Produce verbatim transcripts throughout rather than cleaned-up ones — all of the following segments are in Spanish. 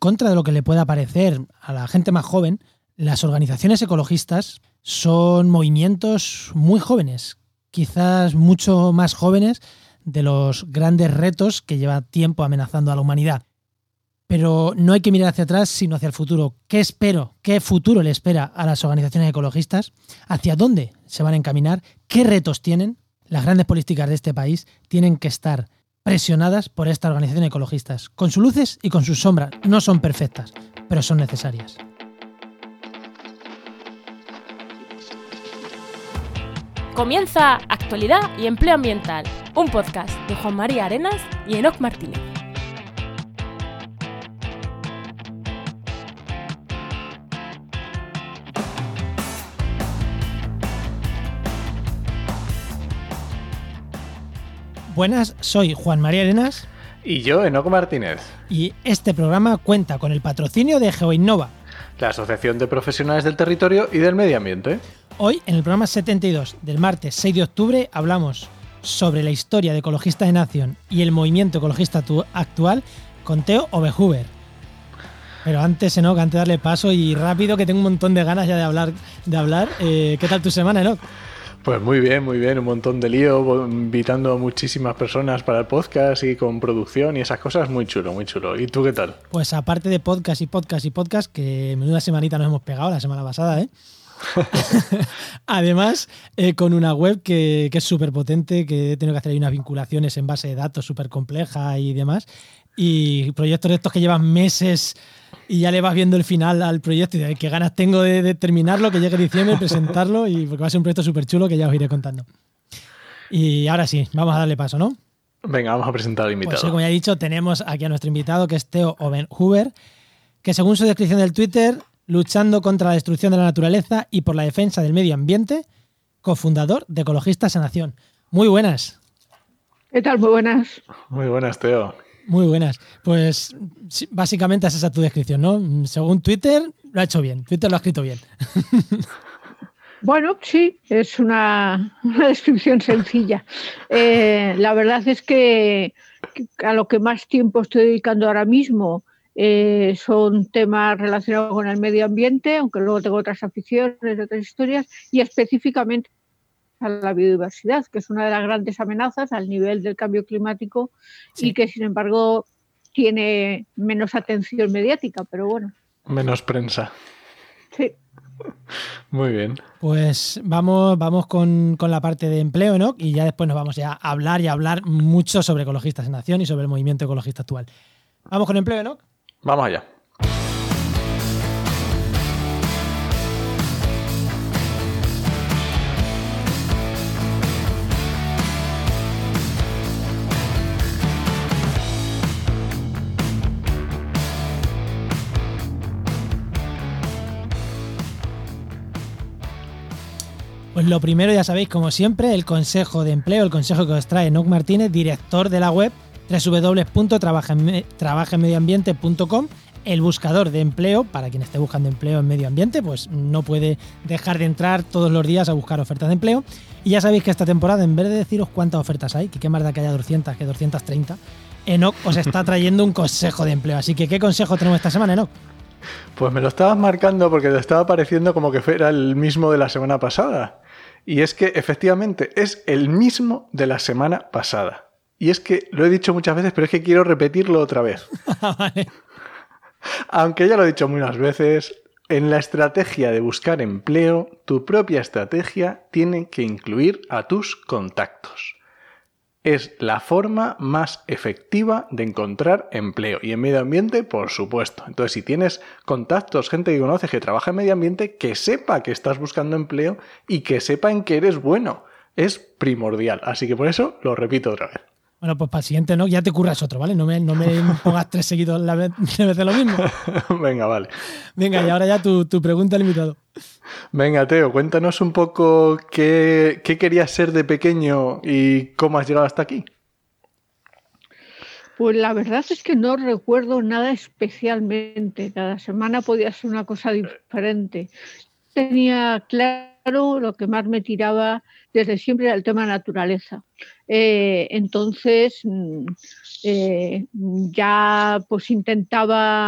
contra de lo que le pueda parecer a la gente más joven, las organizaciones ecologistas son movimientos muy jóvenes, quizás mucho más jóvenes de los grandes retos que lleva tiempo amenazando a la humanidad. Pero no hay que mirar hacia atrás, sino hacia el futuro. ¿Qué espero? ¿Qué futuro le espera a las organizaciones ecologistas? ¿Hacia dónde se van a encaminar? ¿Qué retos tienen? Las grandes políticas de este país tienen que estar presionadas por estas organizaciones ecologistas. Con sus luces y con sus sombras. No son perfectas, pero son necesarias. Comienza Actualidad y Empleo Ambiental, un podcast de Juan María Arenas y Enoc Martínez. Buenas, soy Juan María Arenas. Y yo, Enoc Martínez. Y este programa cuenta con el patrocinio de GeoInnova, la Asociación de Profesionales del Territorio y del Medio Ambiente. Hoy, en el programa setenta y dos del martes seis de octubre, hablamos sobre la historia de Ecologistas de Nación y el movimiento ecologista actual con Theo Oberhuber. Pero antes, Enoc, antes de darle paso y rápido, que tengo un montón de ganas ya de hablar, de hablar eh, ¿qué tal tu semana, Enoc? Pues muy bien, muy bien, un montón de lío, invitando a muchísimas personas para el podcast y con producción y esas cosas, muy chulo, muy chulo. ¿Y tú qué tal? Pues aparte de podcast y podcast y podcast, que menuda semanita nos hemos pegado la semana pasada, ¿eh? Además, eh, con una web que, que es súper potente, que he tenido que hacer ahí unas vinculaciones en base de datos súper complejas y demás, y proyectos de estos que llevan meses y ya le vas viendo el final al proyecto y de qué ganas tengo de, de terminarlo, que llegue diciembre, presentarlo, y porque va a ser un proyecto súper chulo que ya os iré contando. Y ahora sí, vamos a darle paso, ¿no? Venga, vamos a presentar al invitado. Pues como ya he dicho, tenemos aquí a nuestro invitado, que es Theo Oberhuber, que según su descripción del Twitter, luchando contra la destrucción de la naturaleza y por la defensa del medio ambiente, cofundador de Ecologistas de Nación. Muy buenas. ¿Qué tal? Muy buenas. Muy buenas, Theo. Muy buenas. Pues básicamente esa es tu descripción, ¿no? Según Twitter, lo ha hecho bien. Twitter lo ha escrito bien. Bueno, sí, es una, una descripción sencilla. Eh, la verdad es que a lo que más tiempo estoy dedicando ahora mismo eh, son temas relacionados con el medio ambiente, aunque luego tengo otras aficiones, otras historias, y específicamente a la biodiversidad, que es una de las grandes amenazas al nivel del cambio climático, sí, y que sin embargo tiene menos atención mediática, pero bueno. Menos prensa. Sí. Muy bien. Pues vamos, vamos con, con la parte de empleo, ¿no? Y ya después nos vamos ya a hablar y a hablar mucho sobre Ecologistas en Nación y sobre el movimiento ecologista actual. ¿Vamos con empleo, no? Vamos allá. Pues lo primero, ya sabéis, como siempre, el consejo de empleo, el consejo que os trae Enoc Martínez, director de la web doble u doble u doble u punto trabaja en medio ambiente punto com, el buscador de empleo. Para quien esté buscando empleo en medio ambiente, pues no puede dejar de entrar todos los días a buscar ofertas de empleo. Y ya sabéis que esta temporada, en vez de deciros cuántas ofertas hay, que qué más da que haya doscientas que doscientas treinta, Enoc os está trayendo un consejo de empleo. Así que, ¿qué consejo tenemos esta semana, Enoc? Pues me lo estabas marcando porque te estaba pareciendo como que fuera el mismo de la semana pasada. Y es que efectivamente es el mismo de la semana pasada. Y es que lo he dicho muchas veces, pero es que quiero repetirlo otra vez. Vale. Aunque ya lo he dicho muchas veces, en la estrategia de buscar empleo, tu propia estrategia tiene que incluir a tus contactos. Es la forma más efectiva de encontrar empleo. Y en medio ambiente, por supuesto. Entonces, si tienes contactos, gente que conoces que trabaja en medio ambiente, que sepa que estás buscando empleo y que sepa en que eres bueno. Es primordial. Así que por eso lo repito otra vez. Bueno, pues para el siguiente, ¿no? Ya te curras otro, ¿vale? No me, no me pongas tres seguidos la vez, de vez de lo mismo. Venga, vale. Venga, y ahora ya tu, tu pregunta al invitado. Venga, Theo, cuéntanos un poco qué, qué querías ser de pequeño y cómo has llegado hasta aquí. Pues la verdad es que no recuerdo nada especialmente. Cada semana podía ser una cosa diferente. Tenía claro lo que más me tiraba desde siempre era el tema naturaleza. Eh, entonces, eh, ya pues intentaba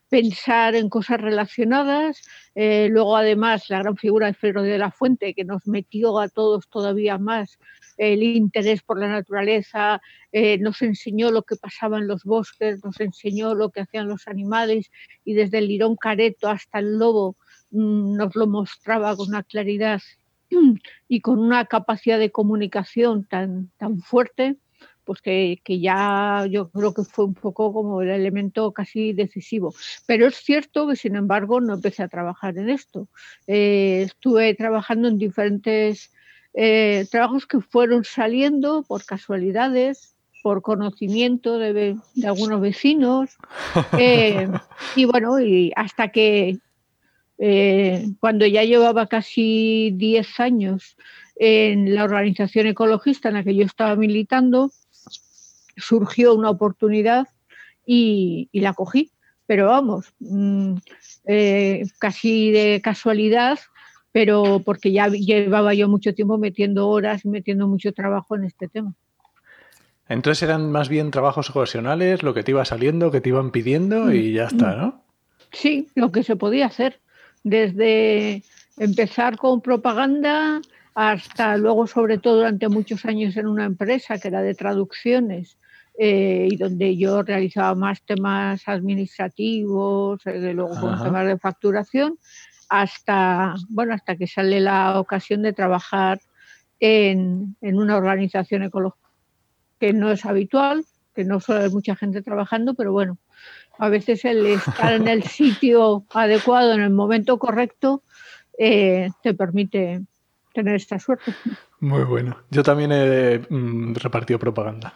pensar en cosas relacionadas. Eh, luego, además, la gran figura de Fedro de la Fuente, que nos metió a todos todavía más el interés por la naturaleza, eh, nos enseñó lo que pasaba en los bosques, nos enseñó lo que hacían los animales, y desde el lirón careto hasta el lobo mmm, nos lo mostraba con una claridad y con una capacidad de comunicación tan, tan fuerte, pues que, que ya yo creo que fue un poco como el elemento casi decisivo. Pero es cierto que, sin embargo, no empecé a trabajar en esto. Eh, estuve trabajando en diferentes eh, trabajos que fueron saliendo por casualidades, por conocimiento de, de algunos vecinos, eh, y bueno, y hasta que eh, cuando ya llevaba casi diez años en la organización ecologista en la que yo estaba militando, surgió una oportunidad y, y la cogí, pero vamos, mmm, eh, casi de casualidad, pero porque ya llevaba yo mucho tiempo metiendo horas y metiendo mucho trabajo en este tema. Entonces eran más bien trabajos ocasionales, lo que te iba saliendo, que te iban pidiendo y ya está, ¿no? Sí, lo que se podía hacer, desde empezar con propaganda hasta luego, sobre todo durante muchos años en una empresa que era de traducciones, eh, y donde yo realizaba más temas administrativos, eh, luego Ajá. con temas de facturación, hasta, bueno, hasta que sale la ocasión de trabajar en, en una organización ecológica, que no es habitual, que no suele haber mucha gente trabajando, pero bueno, a veces el estar en el sitio adecuado, en el momento correcto, eh, te permite tener esta suerte. Muy bueno. Yo también he mm, repartido propaganda.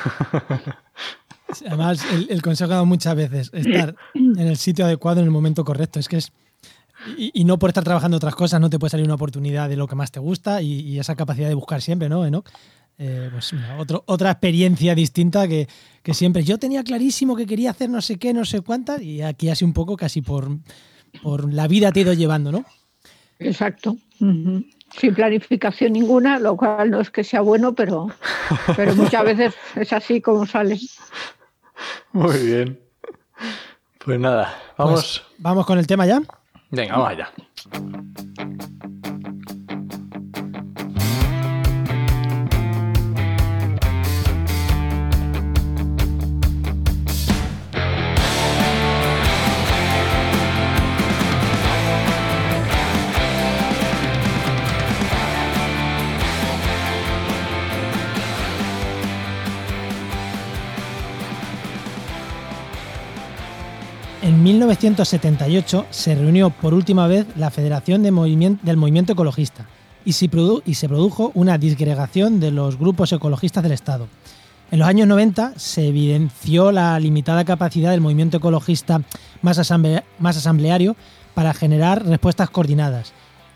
Además, el, el consejo que he dado muchas veces, estar en el sitio adecuado en el momento correcto. Es que es y, y no por estar trabajando otras cosas no te puede salir una oportunidad de lo que más te gusta y, y esa capacidad de buscar siempre, ¿no, Enoch? Eh, pues mira, otro, otra experiencia distinta que, que siempre. Yo tenía clarísimo que quería hacer no sé qué, no sé cuántas, y aquí así un poco casi por, por la vida te he ido llevando, ¿no? Exacto. Uh-huh. Sin planificación ninguna, lo cual no es que sea bueno, pero, pero muchas veces es así como sale. Muy bien. Pues nada, vamos. Pues, ¿vamos con el tema ya? Venga, vamos allá. En mil novecientos setenta y ocho se reunió por última vez la Federación de Movimiento, del Movimiento Ecologista y se, produ- y se produjo una disgregación de los grupos ecologistas del Estado. En los años noventa se evidenció la limitada capacidad del movimiento ecologista más, asamble- más asambleario para generar respuestas coordinadas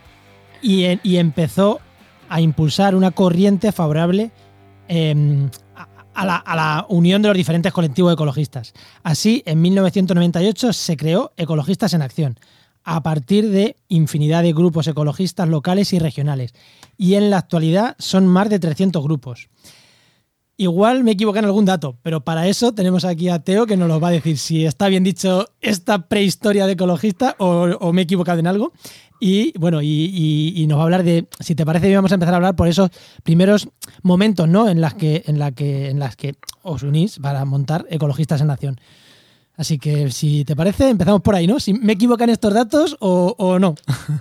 y, en- y empezó a impulsar una corriente favorable eh, A la, a la unión de los diferentes colectivos ecologistas. Así, en mil novecientos noventa y ocho se creó Ecologistas en Acción, a partir de infinidad de grupos ecologistas locales y regionales. Y en la actualidad son más de trescientos grupos. Igual me equivoqué en algún dato, pero para eso tenemos aquí a Teo que nos lo va a decir si está bien dicho esta prehistoria de ecologistas o, o me he equivocado en algo. Y bueno, y, y, y nos va a hablar de, si te parece, vamos a empezar a hablar por esos primeros momentos, ¿no? En las que, en la que, en las que os unís para montar Ecologistas en Acción. Así que, si te parece, empezamos por ahí, ¿no? Si me equivocan estos datos o, o no.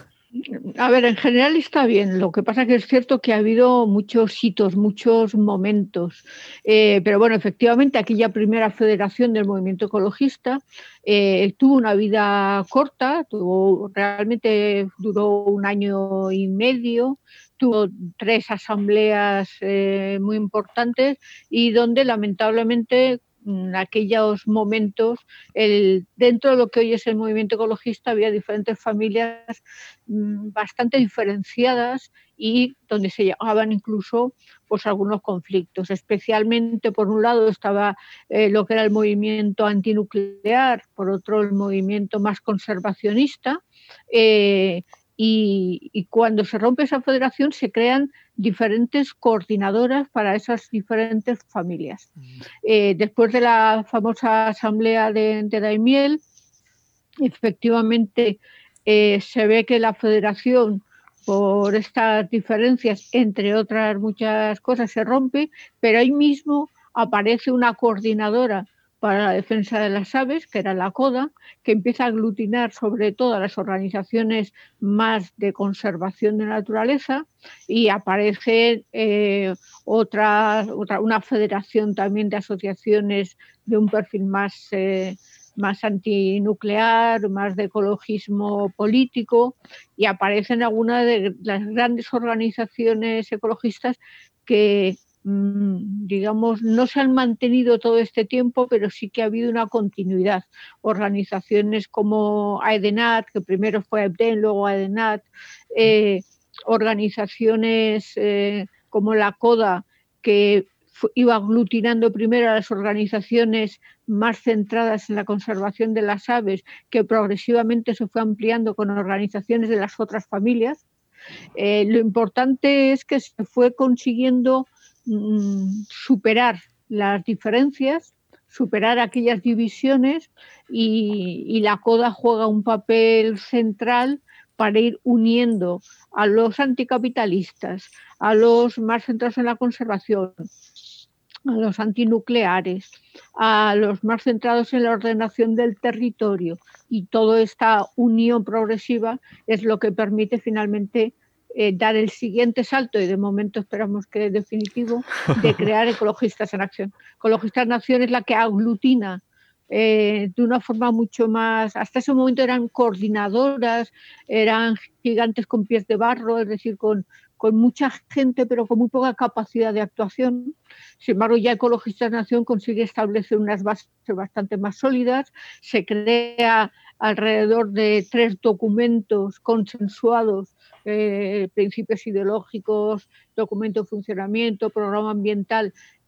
A ver, en general está bien. Lo que pasa es que es cierto que ha habido muchos hitos, muchos momentos. Eh, pero bueno, efectivamente, aquella primera federación del movimiento ecologista eh, tuvo una vida corta, tuvo, realmente duró un año y medio, tuvo tres asambleas eh, muy importantes y donde lamentablemente en aquellos momentos, el, dentro de lo que hoy es el movimiento ecologista, había diferentes familias mmm, bastante diferenciadas y donde se llegaban incluso pues, algunos conflictos. Especialmente, por un lado, estaba eh, lo que era el movimiento antinuclear, por otro, el movimiento más conservacionista. Eh, Y, y cuando se rompe esa federación se crean diferentes coordinadoras para esas diferentes familias. Eh, después de la famosa asamblea de, de Daimiel, efectivamente eh, se ve que la federación, por estas diferencias, entre otras muchas cosas, se rompe, pero ahí mismo aparece una coordinadora para la defensa de las aves, que era la CODA, que empieza a aglutinar sobre todo a las organizaciones más de conservación de naturaleza, y aparece eh, otra, otra, una federación también de asociaciones de un perfil más, eh, más antinuclear, más de ecologismo político, y aparecen algunas de las grandes organizaciones ecologistas que, digamos, no se han mantenido todo este tiempo, pero sí que ha habido una continuidad. Organizaciones como AEDENAT, que primero fue AEBDEN, luego AEDENAT, eh, organizaciones eh, como la CODA, que iba aglutinando primero a las organizaciones más centradas en la conservación de las aves, que progresivamente se fue ampliando con organizaciones de las otras familias. Eh, lo importante es que se fue consiguiendo superar las diferencias, superar aquellas divisiones, y, y la CODA juega un papel central para ir uniendo a los anticapitalistas, a los más centrados en la conservación, a los antinucleares, a los más centrados en la ordenación del territorio, y toda esta unión progresiva es lo que permite finalmente Eh, dar el siguiente salto, y de momento esperamos que es definitivo, de crear Ecologistas en Acción. Ecologistas en Acción es la que aglutina eh, de una forma mucho más... Hasta ese momento eran coordinadoras, eran gigantes con pies de barro, es decir, con, con mucha gente, pero con muy poca capacidad de actuación. Sin embargo, ya Ecologistas en Acción consigue establecer unas bases bastante más sólidas, se crea alrededor de tres documentos consensuados, Eh, principios ideológicos, documento de funcionamiento, programa ambiental,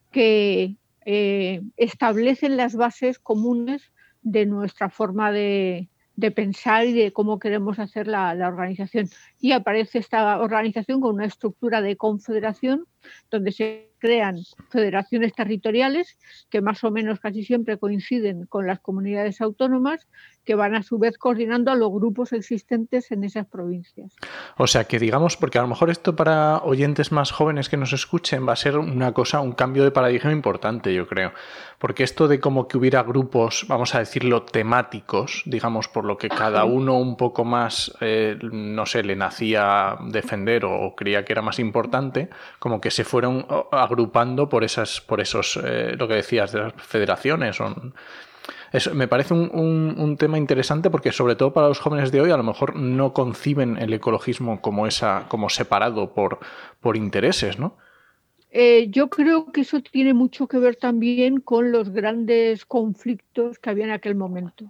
que eh, establecen las bases comunes de nuestra forma de, de pensar y de cómo queremos hacer la, la organización. Y aparece esta organización con una estructura de confederación, donde se crean federaciones territoriales que más o menos casi siempre coinciden con las comunidades autónomas, que van a su vez coordinando a los grupos existentes en esas provincias. O sea que digamos, porque a lo mejor esto para oyentes más jóvenes que nos escuchen va a ser una cosa, un cambio de paradigma importante, yo creo. Porque esto de como que hubiera grupos, vamos a decirlo, temáticos, digamos, por lo que cada uno un poco más, eh, no sé, le nacía defender o, o creía que era más importante, como que se fueron agrupando por esas, por esos, eh, lo que decías de las federaciones. O, eso me parece un, un, un tema interesante, porque sobre todo para los jóvenes de hoy a lo mejor no conciben el ecologismo como esa, como separado por, por intereses, ¿no? Eh, yo creo que eso tiene mucho que ver también con los grandes conflictos que había en aquel momento.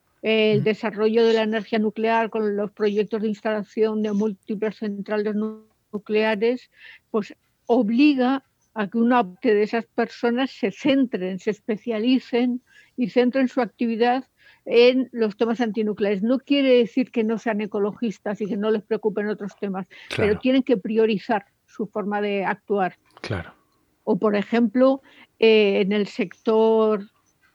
El mm. desarrollo de la energía nuclear, con los proyectos de instalación de múltiples centrales nucleares, pues obliga a que una parte de esas personas se centren, se especialicen y centren su actividad en los temas antinucleares. No quiere decir que no sean ecologistas y que no les preocupen otros temas, claro, pero tienen que priorizar su forma de actuar. Claro. O, por ejemplo, eh, en el sector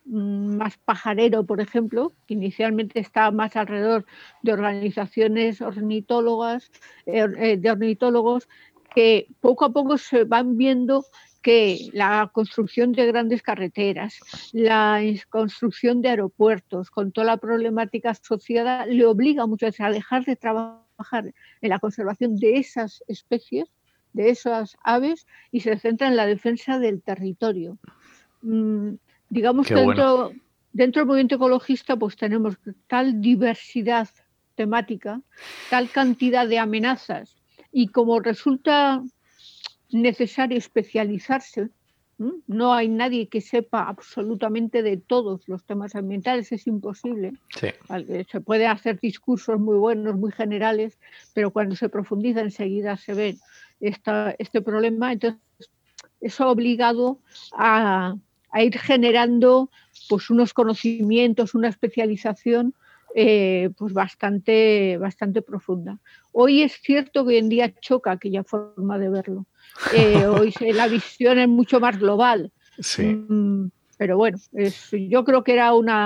más pajarero, por ejemplo, que inicialmente estaba más alrededor de organizaciones ornitólogas, eh, de ornitólogos, que poco a poco se van viendo que la construcción de grandes carreteras, la construcción de aeropuertos, con toda la problemática asociada, le obliga muchas veces a dejar de trabajar en la conservación de esas especies, de esas aves, y se centra en la defensa del territorio. Mm, digamos Qué que dentro, bueno. dentro del movimiento ecologista pues tenemos tal diversidad temática, tal cantidad de amenazas, y como resulta necesario especializarse, ¿m? No hay nadie que sepa absolutamente de todos los temas ambientales, es imposible. Sí. Se puede hacer discursos muy buenos, muy generales, pero cuando se profundiza enseguida se ve esta, este problema. Entonces eso ha obligado a, a ir generando pues unos conocimientos, una especialización eh, pues bastante, bastante profunda. Hoy es cierto que hoy en día choca aquella forma de verlo. Eh, hoy la visión es mucho más global. Sí. Mm, pero bueno, es, yo creo que era una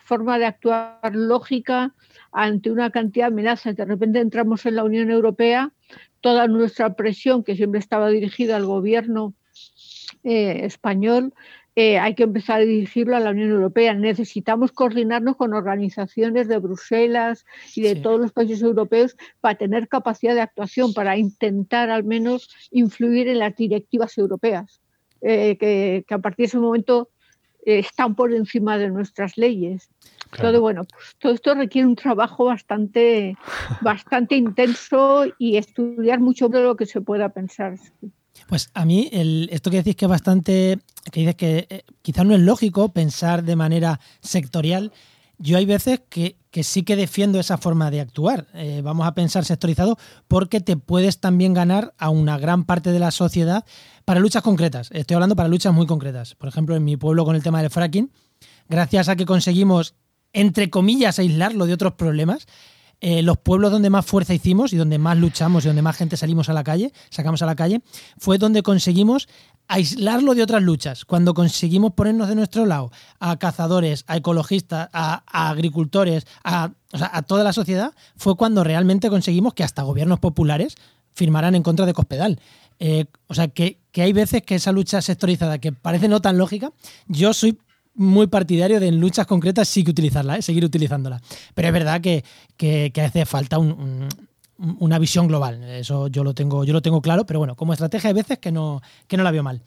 forma de actuar lógica ante una cantidad de amenazas. De repente entramos en la Unión Europea, toda nuestra presión, que siempre estaba dirigida al gobierno eh, español, eh, hay que empezar a dirigirlo a la Unión Europea. Necesitamos coordinarnos con organizaciones de Bruselas y de sí. todos los países europeos para tener capacidad de actuación, para intentar al menos influir en las directivas europeas, eh, que, que a partir de ese momento eh, están por encima de nuestras leyes. Claro. Entonces, bueno, pues todo esto requiere un trabajo bastante, bastante intenso y estudiar mucho de lo que se pueda pensar. Pues a mí, el, esto que decís que es bastante, que dices que eh, quizás no es lógico pensar de manera sectorial, yo hay veces que, que sí que defiendo esa forma de actuar. Eh, vamos a pensar sectorizado porque te puedes también ganar a una gran parte de la sociedad para luchas concretas. Estoy hablando para luchas muy concretas. Por ejemplo, en mi pueblo con el tema del fracking, gracias a que conseguimos, entre comillas, aislarlo de otros problemas, Eh, los pueblos donde más fuerza hicimos y donde más luchamos y donde más gente salimos a la calle, sacamos a la calle, fue donde conseguimos aislarlo de otras luchas. Cuando conseguimos ponernos de nuestro lado a cazadores, a ecologistas, a, a agricultores, a, o sea, a toda la sociedad, fue cuando realmente conseguimos que hasta gobiernos populares firmaran en contra de Cospedal. Eh, o sea, que, que hay veces que esa lucha sectorizada, que parece no tan lógica, yo soy muy partidario de en luchas concretas sí que utilizarla, ¿eh? seguir utilizándola. Pero es verdad que, que, que hace falta un, un, una visión global. Eso yo lo tengo, yo lo tengo claro, pero bueno, como estrategia hay veces que no, que no la veo mal.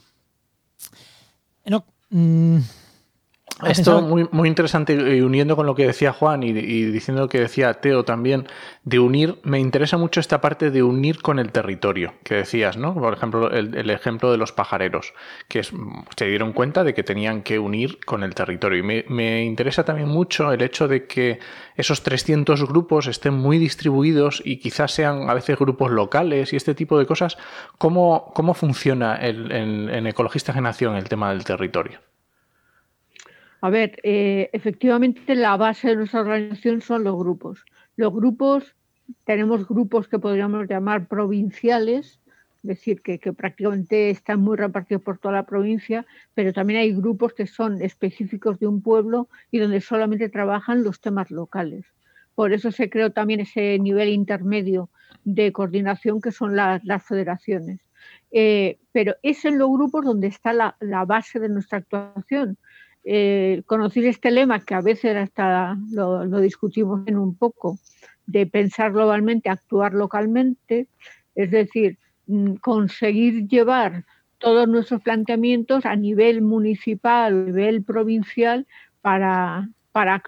No, mmm, Esto muy, muy interesante, y uniendo con lo que decía Juan y, y diciendo lo que decía Teo también, de unir, me interesa mucho esta parte de unir con el territorio, que decías, ¿no? Por ejemplo, el, el ejemplo de los pajareros, que es, se dieron cuenta de que tenían que unir con el territorio. Y me, me interesa también mucho el hecho de que esos trescientos grupos estén muy distribuidos y quizás sean a veces grupos locales y este tipo de cosas. ¿Cómo, cómo funciona el, en, en Ecologistas en Acción el tema del territorio? A ver, eh, efectivamente la base de nuestra organización son los grupos. Los grupos, tenemos grupos que podríamos llamar provinciales, es decir, que, que prácticamente están muy repartidos por toda la provincia, pero también hay grupos que son específicos de un pueblo y donde solamente trabajan los temas locales. Por eso se creó también ese nivel intermedio de coordinación que son la, las federaciones. Eh, pero es en los grupos donde está la, la base de nuestra actuación. Eh, conocer este lema que a veces hasta lo, lo discutimos en un poco, de pensar globalmente, actuar localmente, es decir, conseguir llevar todos nuestros planteamientos a nivel municipal, a nivel provincial, para, para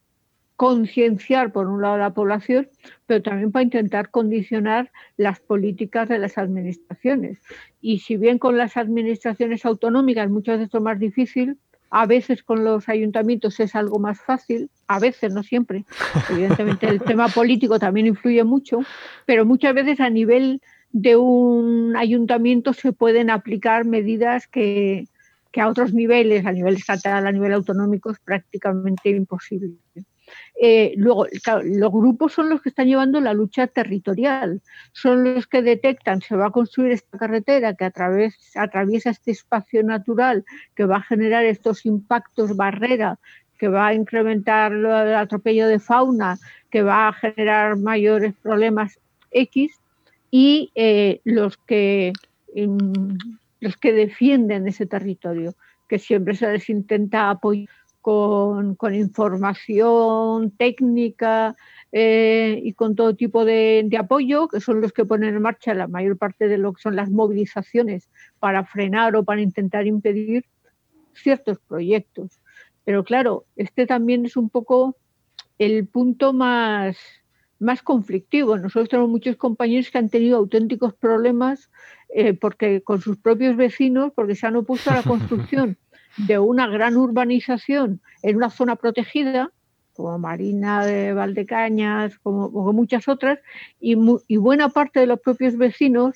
concienciar por un lado a la población, pero también para intentar condicionar las políticas de las administraciones. Y si bien con las administraciones autonómicas muchas veces es más difícil, a veces con los ayuntamientos es algo más fácil, a veces, no siempre. Evidentemente el tema político también influye mucho, pero muchas veces a nivel de un ayuntamiento se pueden aplicar medidas que, que a otros niveles, a nivel estatal, a nivel autonómico, es prácticamente imposible. Eh, luego, claro, los grupos son los que están llevando la lucha territorial, son los que detectan, se va a construir esta carretera que a través, atraviesa este espacio natural, que va a generar estos impactos barrera, que va a incrementar el atropello de fauna, que va a generar mayores problemas X, y eh, los que eh, los que defienden ese territorio, que siempre se les intenta apoyar Con, con información técnica eh, y con todo tipo de, de apoyo, que son los que ponen en marcha la mayor parte de lo que son las movilizaciones para frenar o para intentar impedir ciertos proyectos. Pero claro, este también es un poco el punto más, más conflictivo. Nosotros tenemos muchos compañeros que han tenido auténticos problemas eh, porque con sus propios vecinos, porque se han opuesto a la construcción de una gran urbanización en una zona protegida, como Marina de Valdecañas, como, como muchas otras, y, mu, y buena parte de los propios vecinos,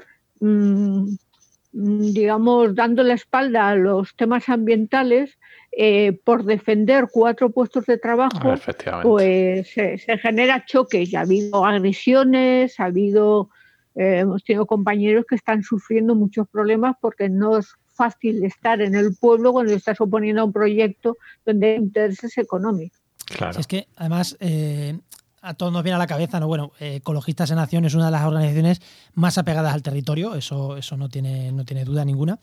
mmm, digamos, dando la espalda a los temas ambientales, eh, por defender cuatro puestos de trabajo, pues se, se genera choques. Ya ha habido agresiones, ha habido, eh, hemos tenido compañeros que están sufriendo muchos problemas porque no es fácil estar en el pueblo cuando estás oponiendo a un proyecto donde hay intereses económicos. Claro. Si es que, además, eh, a todos nos viene a la cabeza, ¿no? Bueno, eh, Ecologistas en Acción es una de las organizaciones más apegadas al territorio, eso, eso no tiene, no tiene duda ninguna.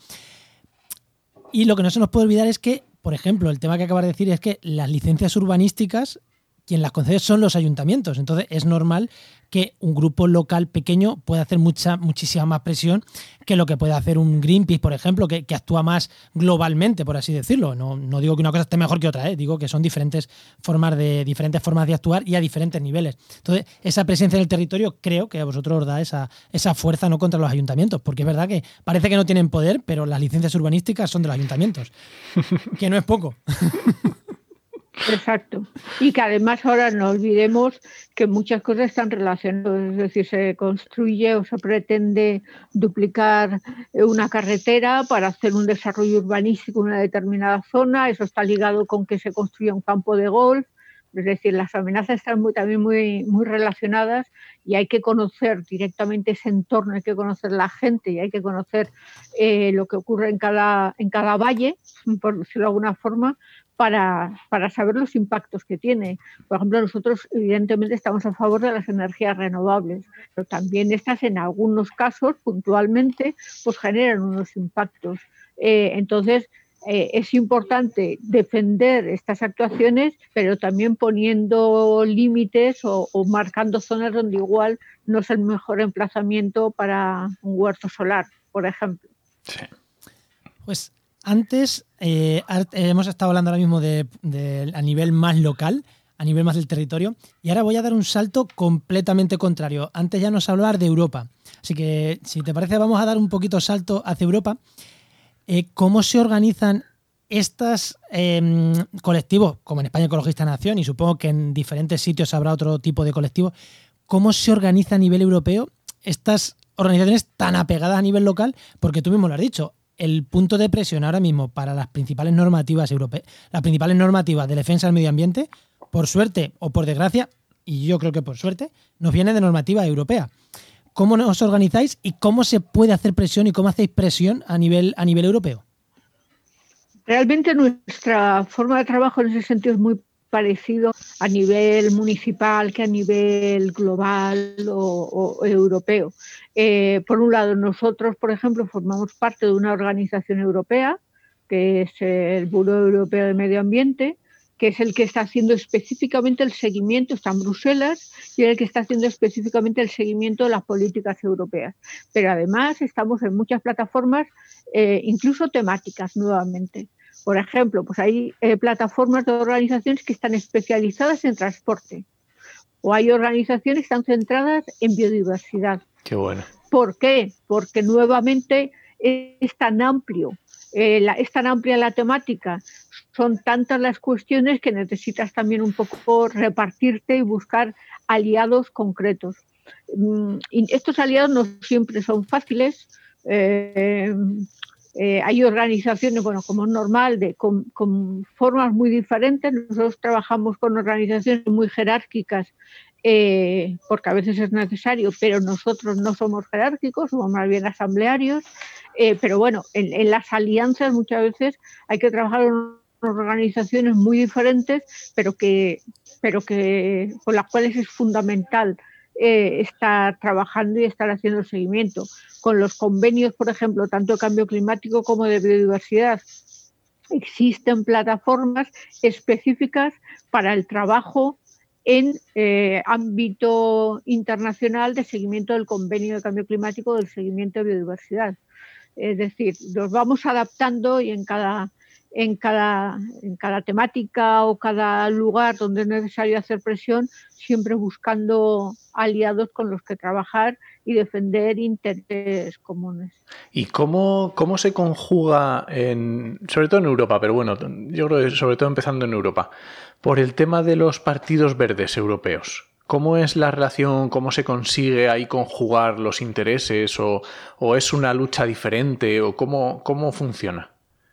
Y lo que no se nos puede olvidar es que, por ejemplo, el tema que acabas de decir es que las licencias urbanísticas, quien las concede son los ayuntamientos. Entonces es normal que un grupo local pequeño pueda hacer mucha, muchísima más presión que lo que puede hacer un Greenpeace, por ejemplo, que, que actúa más globalmente, por así decirlo. No, no digo que una cosa esté mejor que otra, ¿eh? Digo que son diferentes formas de, diferentes formas de actuar y a diferentes niveles. Entonces, esa presencia en el territorio creo que a vosotros os da esa, esa fuerza, no contra los ayuntamientos, porque es verdad que parece que no tienen poder, pero las licencias urbanísticas son de los ayuntamientos, que no es poco. Exacto. Y que además ahora no olvidemos que muchas cosas están relacionadas, es decir, se construye o se pretende duplicar una carretera para hacer un desarrollo urbanístico en una determinada zona, eso está ligado con que se construya un campo de golf, es decir, las amenazas están muy, también muy, muy relacionadas y hay que conocer directamente ese entorno, hay que conocer la gente y hay que conocer eh, lo que ocurre en cada, en cada valle, por decirlo de alguna forma, Para, para saber los impactos que tiene. Por ejemplo, nosotros evidentemente estamos a favor de las energías renovables, pero también estas en algunos casos, puntualmente, pues generan unos impactos. Eh, entonces, eh, es importante defender estas actuaciones, pero también poniendo límites o, o marcando zonas donde igual no es el mejor emplazamiento para un huerto solar, por ejemplo. Sí. Pues antes eh, hemos estado hablando ahora mismo de, de a nivel más local, a nivel más del territorio, y ahora voy a dar un salto completamente contrario. Antes ya nos hablaba de Europa, así que si te parece vamos a dar un poquito salto hacia Europa. Eh, ¿Cómo se organizan estos eh, colectivos, como en España Ecologistas en Acción, y supongo que en diferentes sitios habrá otro tipo de colectivos? ¿Cómo se organiza a nivel europeo estas organizaciones tan apegadas a nivel local? Porque tú mismo lo has dicho, el punto de presión ahora mismo para las principales normativas europeas, las principales normativas de defensa del medio ambiente, por suerte o por desgracia, y yo creo que por suerte, nos viene de normativa europea. ¿Cómo os organizáis y cómo se puede hacer presión y cómo hacéis presión a nivel, a nivel europeo? Realmente nuestra forma de trabajo en ese sentido es muy parecido a nivel municipal que a nivel global o, o europeo. Eh, por un lado, nosotros, por ejemplo, formamos parte de una organización europea, que es el Buró Europeo de Medio Ambiente, que es el que está haciendo específicamente el seguimiento, está en Bruselas, y es el que está haciendo específicamente el seguimiento de las políticas europeas. Pero además estamos en muchas plataformas, eh, incluso temáticas nuevamente. Por ejemplo, pues hay eh, plataformas de organizaciones que están especializadas en transporte, o hay organizaciones que están centradas en biodiversidad. Qué bueno. ¿Por qué? Porque nuevamente es tan amplio, eh, la, es tan amplia la temática, son tantas las cuestiones que necesitas también un poco repartirte y buscar aliados concretos. Mm, y estos aliados no siempre son fáciles. Eh, Eh, hay organizaciones, bueno, como es normal, de, con, con formas muy diferentes. Nosotros trabajamos con organizaciones muy jerárquicas eh, porque a veces es necesario, pero nosotros no somos jerárquicos, somos más bien asamblearios. Eh, pero bueno, en, en las alianzas muchas veces hay que trabajar con organizaciones muy diferentes, pero que, pero que con las cuales es fundamental Eh, estar trabajando y estar haciendo el seguimiento. Con los convenios, por ejemplo, tanto de cambio climático como de biodiversidad, existen plataformas específicas para el trabajo en eh, ámbito internacional de seguimiento del convenio de cambio climático, del seguimiento de biodiversidad. Es decir, nos vamos adaptando y en cada En cada, en cada temática o cada lugar donde es necesario hacer presión, siempre buscando aliados con los que trabajar y defender intereses comunes. ¿Y cómo, cómo se conjuga, en, sobre todo en Europa, pero bueno, yo creo que sobre todo empezando en Europa, por el tema de los partidos verdes europeos? ¿Cómo es la relación, cómo se consigue ahí conjugar los intereses o, o es una lucha diferente o cómo, cómo funciona?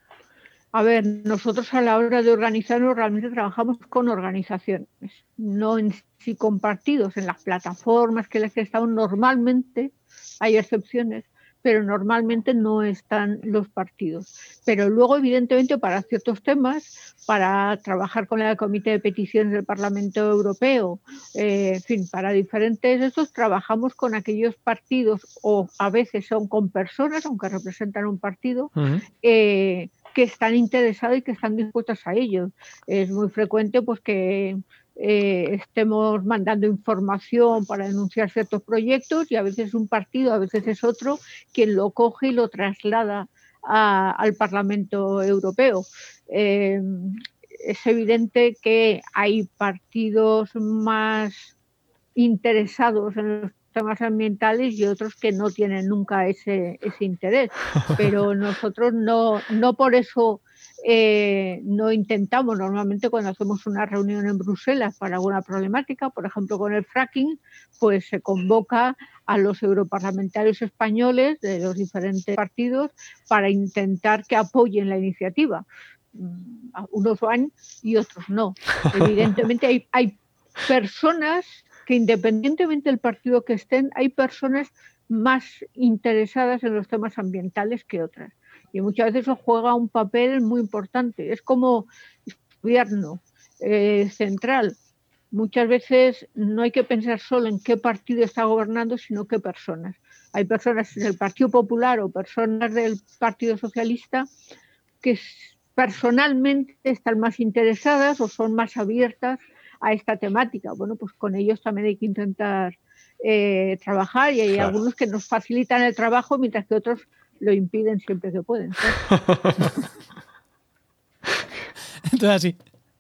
A ver, nosotros a la hora de organizarnos realmente trabajamos con organizaciones, no en sí con partidos. En las plataformas que les estamos normalmente hay excepciones, pero normalmente no están los partidos. Pero luego, evidentemente, para ciertos temas, para trabajar con el Comité de Peticiones del Parlamento Europeo, eh, en fin, para diferentes estos, trabajamos con aquellos partidos, o a veces son con personas, aunque representan un partido, uh-huh. eh, que están interesados y que están dispuestos a ello. Es muy frecuente pues que eh, estemos mandando información para denunciar ciertos proyectos y a veces un partido, a veces es otro, quien lo coge y lo traslada a, al Parlamento Europeo. Eh, es evidente que hay partidos más interesados en los temas ambientales y otros que no tienen nunca ese, ese interés, pero nosotros no, no por eso eh, no intentamos. Normalmente cuando hacemos una reunión en Bruselas para alguna problemática, por ejemplo con el fracking, pues se convoca a los europarlamentarios españoles de los diferentes partidos para intentar que apoyen la iniciativa. Unos van y otros no. Evidentemente hay, hay personas que independientemente del partido que estén, hay personas más interesadas en los temas ambientales que otras. Y muchas veces eso juega un papel muy importante. Es como el gobierno eh, central. Muchas veces no hay que pensar solo en qué partido está gobernando, sino qué personas. Hay personas del Partido Popular o personas del Partido Socialista que personalmente están más interesadas o son más abiertas a esta temática. Bueno, pues con ellos también hay que intentar eh, trabajar y hay claro. algunos que nos facilitan el trabajo mientras que otros lo impiden siempre que pueden. Entonces así.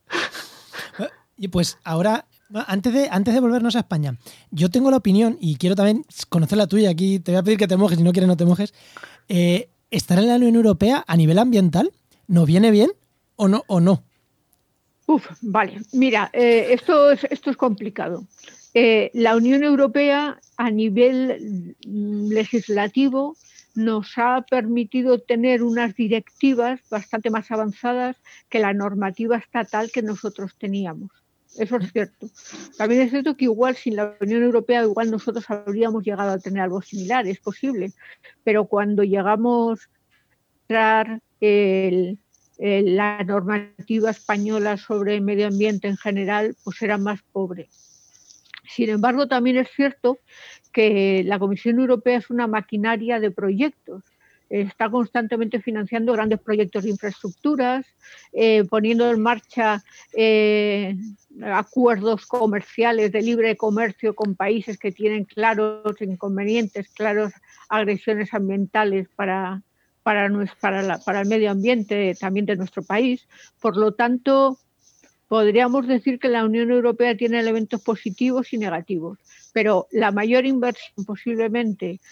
Y pues ahora, antes de, antes de volvernos a España, yo tengo la opinión y quiero también conocer la tuya. Aquí te voy a pedir que te mojes, si no quieres no te mojes. Eh, ¿Estar en la Unión Europea a nivel ambiental nos viene bien o no? O no? Uf, vale. Mira, eh, esto, es, esto es complicado. Eh, la Unión Europea a nivel legislativo nos ha permitido tener unas directivas bastante más avanzadas que la normativa estatal que nosotros teníamos. Eso es cierto. También es cierto que igual sin la Unión Europea igual nosotros habríamos llegado a tener algo similar, es posible. Pero cuando llegamos a entrar el... la normativa española sobre el medio ambiente en general pues era más pobre. Sin embargo, también es cierto que la Comisión Europea es una maquinaria de proyectos. Está constantemente financiando grandes proyectos de infraestructuras, eh, poniendo en marcha eh, acuerdos comerciales de libre comercio con países que tienen claros inconvenientes, claras agresiones ambientales para... Para, para, la, para el medio ambiente también de nuestro país. Por lo tanto, podríamos decir que la Unión Europea tiene elementos positivos y negativos, pero la mayor inversión posiblemente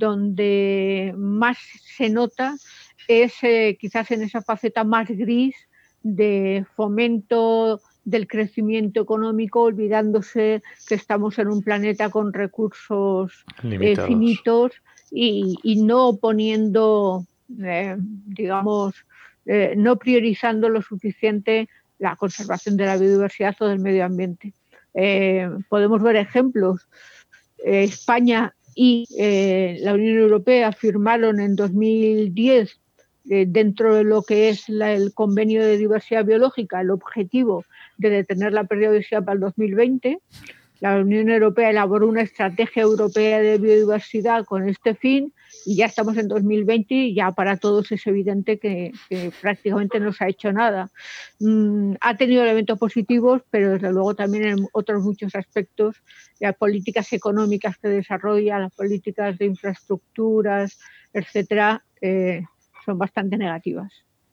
donde más se nota es eh, quizás en esa faceta más gris de fomento del crecimiento económico, olvidándose que estamos en un planeta con recursos eh, finitos y, y no poniendo... Eh, digamos, eh, no priorizando lo suficiente la conservación de la biodiversidad o del medio ambiente. Eh, podemos ver ejemplos. Eh, España y eh, la Unión Europea firmaron en dos mil diez, eh, dentro de lo que es la, el convenio de diversidad biológica, el objetivo de detener la pérdida de biodiversidad para el dos mil veinte. La Unión Europea elaboró una estrategia europea de biodiversidad con este fin y ya estamos en dos mil veinte y ya para todos es evidente que, que prácticamente no se ha hecho nada. Mm, ha tenido elementos positivos, pero desde luego también en otros muchos aspectos, las políticas económicas que desarrolla, las políticas de infraestructuras, etcétera, eh, son bastante negativas.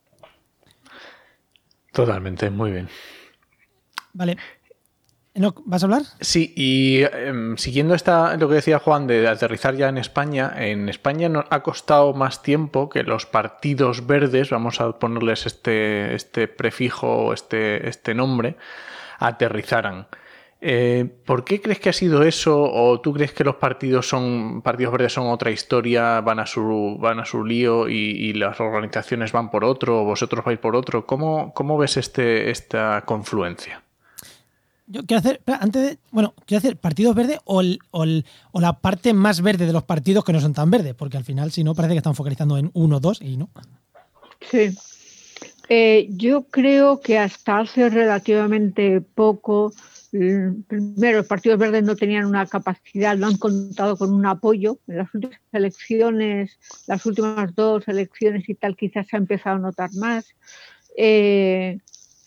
Totalmente, muy bien. Vale. ¿Vas a hablar? Sí, y eh, siguiendo esta, lo que decía Juan de aterrizar ya en España, en España nos ha costado más tiempo que los partidos verdes, vamos a ponerles este, este prefijo, este, este nombre, aterrizaran. Eh, ¿Por qué crees que ha sido eso? ¿O tú crees que los partidos son partidos verdes son otra historia, van a su, van a su lío y, y las organizaciones van por otro, o vosotros vais por otro? ¿Cómo, cómo ves este, esta confluencia? Yo quiero hacer, espera, antes de, bueno, quiero hacer partidos verdes o, el, o, el, o la parte más verde de los partidos que no son tan verdes, porque al final, si no, parece que están focalizando en uno o dos y no. Sí. Eh, yo creo que hasta hace relativamente poco, primero, los partidos verdes no tenían una capacidad, no han contado con un apoyo. En las últimas elecciones, las últimas dos elecciones y tal, quizás se ha empezado a notar más. Eh,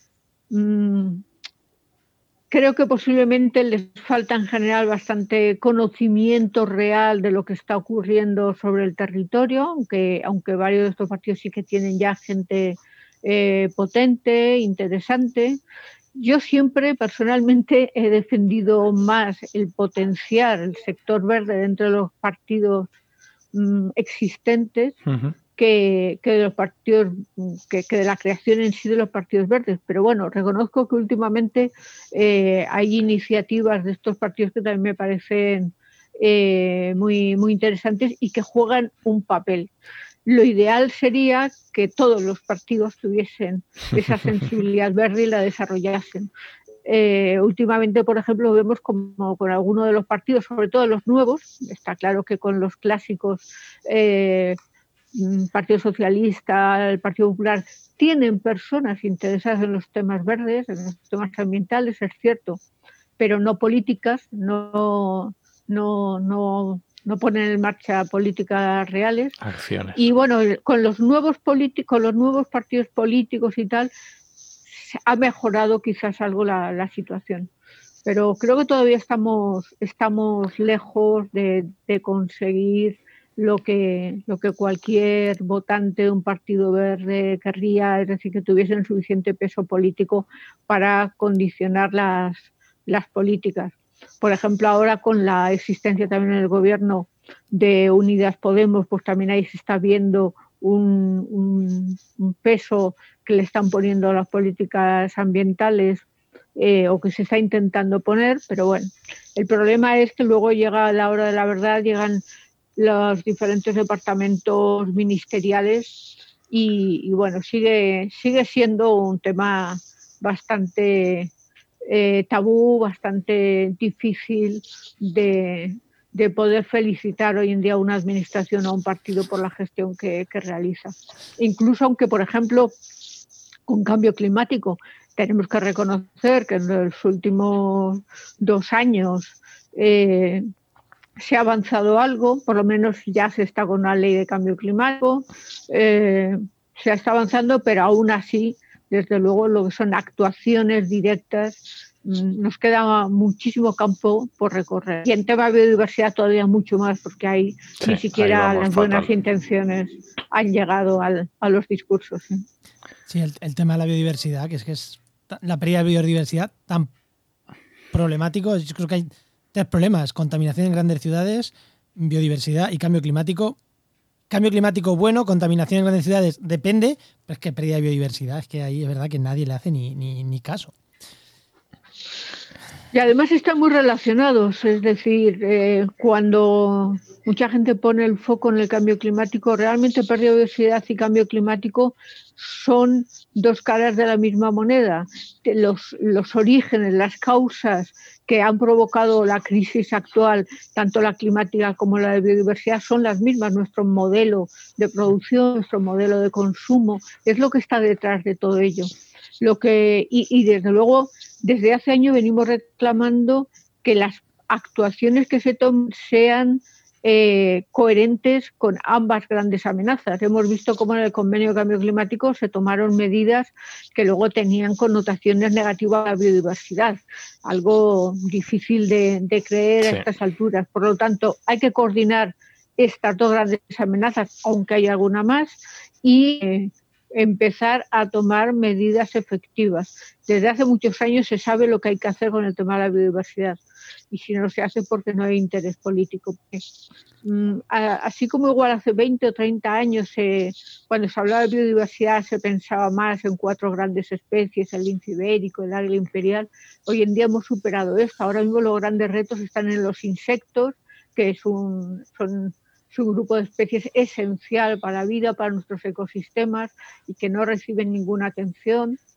mmm, Creo que posiblemente les falta en general bastante conocimiento real de lo que está ocurriendo sobre el territorio, aunque, aunque varios de estos partidos sí que tienen ya gente eh, potente, interesante. Yo siempre personalmente he defendido más el potenciar el sector verde dentro de los partidos mmm, existentes. Uh-huh. Que, que de los partidos, que, que de la creación en sí de los partidos verdes. Pero bueno, reconozco que últimamente eh, hay iniciativas de estos partidos que también me parecen eh, muy, muy interesantes y que juegan un papel. Lo ideal sería que todos los partidos tuviesen esa sensibilidad verde y la desarrollasen. Eh, últimamente, por ejemplo, vemos como con algunos de los partidos, sobre todo los nuevos, está claro que con los clásicos eh, Partido Socialista, el Partido Popular, tienen personas interesadas en los temas verdes, en los temas ambientales, es cierto, pero no políticas, no, no, no, no ponen en marcha políticas reales. Acciones. Y bueno, con los nuevos políticos, los nuevos partidos políticos y tal, ha mejorado quizás algo la, la situación. Pero creo que todavía estamos, estamos lejos de, de conseguir lo que, lo que cualquier votante de un partido verde querría, es decir, que tuviesen suficiente peso político para condicionar las, las políticas. Por ejemplo, ahora con la existencia también en el gobierno de Unidas Podemos, pues también ahí se está viendo un, un, un peso que le están poniendo a las políticas ambientales eh, o que se está intentando poner, pero bueno, el problema es que luego llega la hora de la verdad, llegan los diferentes departamentos ministeriales y, y bueno, sigue, sigue siendo un tema bastante eh, tabú, bastante difícil de, de poder felicitar hoy en día a una administración o a un partido por la gestión que, que realiza. Incluso aunque, por ejemplo, con cambio climático, tenemos que reconocer que en los últimos dos años eh, se ha avanzado algo, por lo menos ya se está con una ley de cambio climático, eh, se está avanzando, pero aún así, desde luego, lo que son actuaciones directas, mmm, nos queda muchísimo campo por recorrer. Y en tema de biodiversidad todavía mucho más, porque ahí sí, ni siquiera las buenas fatal. intenciones han llegado al, a los discursos. ¿sí? Sí, el, el tema de la biodiversidad, que es que es la pérdida de biodiversidad tan problemático. Yo creo que hay tres problemas: contaminación en grandes ciudades, biodiversidad y cambio climático. Cambio climático bueno, contaminación en grandes ciudades depende, pero es que pérdida de biodiversidad, es que ahí es verdad que nadie le hace ni, ni, ni caso. Y además están muy relacionados, es decir, eh, cuando mucha gente pone el foco en el cambio climático, realmente pérdida de biodiversidad y cambio climático son dos caras de la misma moneda. Los, los orígenes, las causas que han provocado la crisis actual, tanto la climática como la de biodiversidad, son las mismas. Nuestro modelo de producción, nuestro modelo de consumo, es lo que está detrás de todo ello. Lo que, y, y desde luego, desde hace años venimos reclamando que las actuaciones que se tomen sean eh, coherentes con ambas grandes amenazas. Hemos visto cómo en el Convenio de Cambio Climático se tomaron medidas que luego tenían connotaciones negativas a la biodiversidad, algo difícil de, de creer sí. a estas alturas. Por lo tanto, hay que coordinar estas dos grandes amenazas, aunque hay alguna más, y eh, empezar a tomar medidas efectivas. Desde hace muchos años se sabe lo que hay que hacer con el tema de la biodiversidad y si no se hace porque no hay interés político. Así como igual hace veinte o treinta años eh, cuando se hablaba de biodiversidad se pensaba más en cuatro grandes especies, el lince ibérico, el águila imperial, hoy en día hemos superado esto. Ahora mismo los grandes retos están en los insectos, que es un, son su grupo de especies esencial para la vida, para nuestros ecosistemas y que no reciben ninguna atención.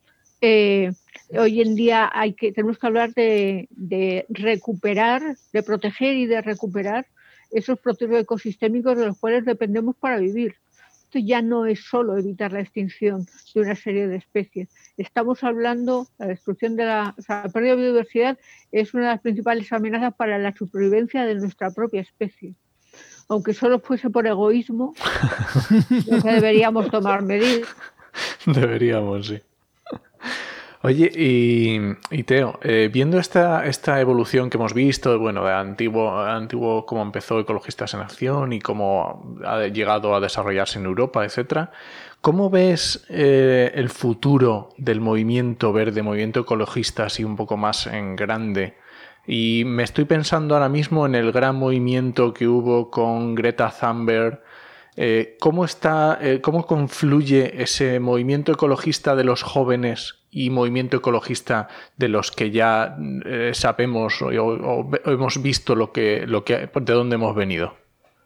Eh, hoy en día hay que, tenemos que hablar de, de recuperar, de proteger y de recuperar esos procesos ecosistémicos de los cuales dependemos para vivir. Esto ya no es solo evitar la extinción de una serie de especies. Estamos hablando, la destrucción de la, o sea, la pérdida de biodiversidad es una de las principales amenazas para la supervivencia de nuestra propia especie. Aunque solo fuese por egoísmo, lo que deberíamos tomar medidas. Deberíamos, sí. Oye, y, y Teo, eh, viendo esta, esta evolución que hemos visto, bueno, de antiguo, antiguo cómo empezó Ecologistas en Acción y cómo ha llegado a desarrollarse en Europa, etcétera, ¿cómo ves eh, el futuro del movimiento verde, movimiento ecologista, así un poco más en grande? Y me estoy pensando ahora mismo en el gran movimiento que hubo con Greta Thunberg. Eh, ¿Cómo está, eh, cómo confluye ese movimiento ecologista de los jóvenes y movimiento ecologista de los que ya eh, sabemos o, o, o hemos visto lo que, lo que, de dónde hemos venido?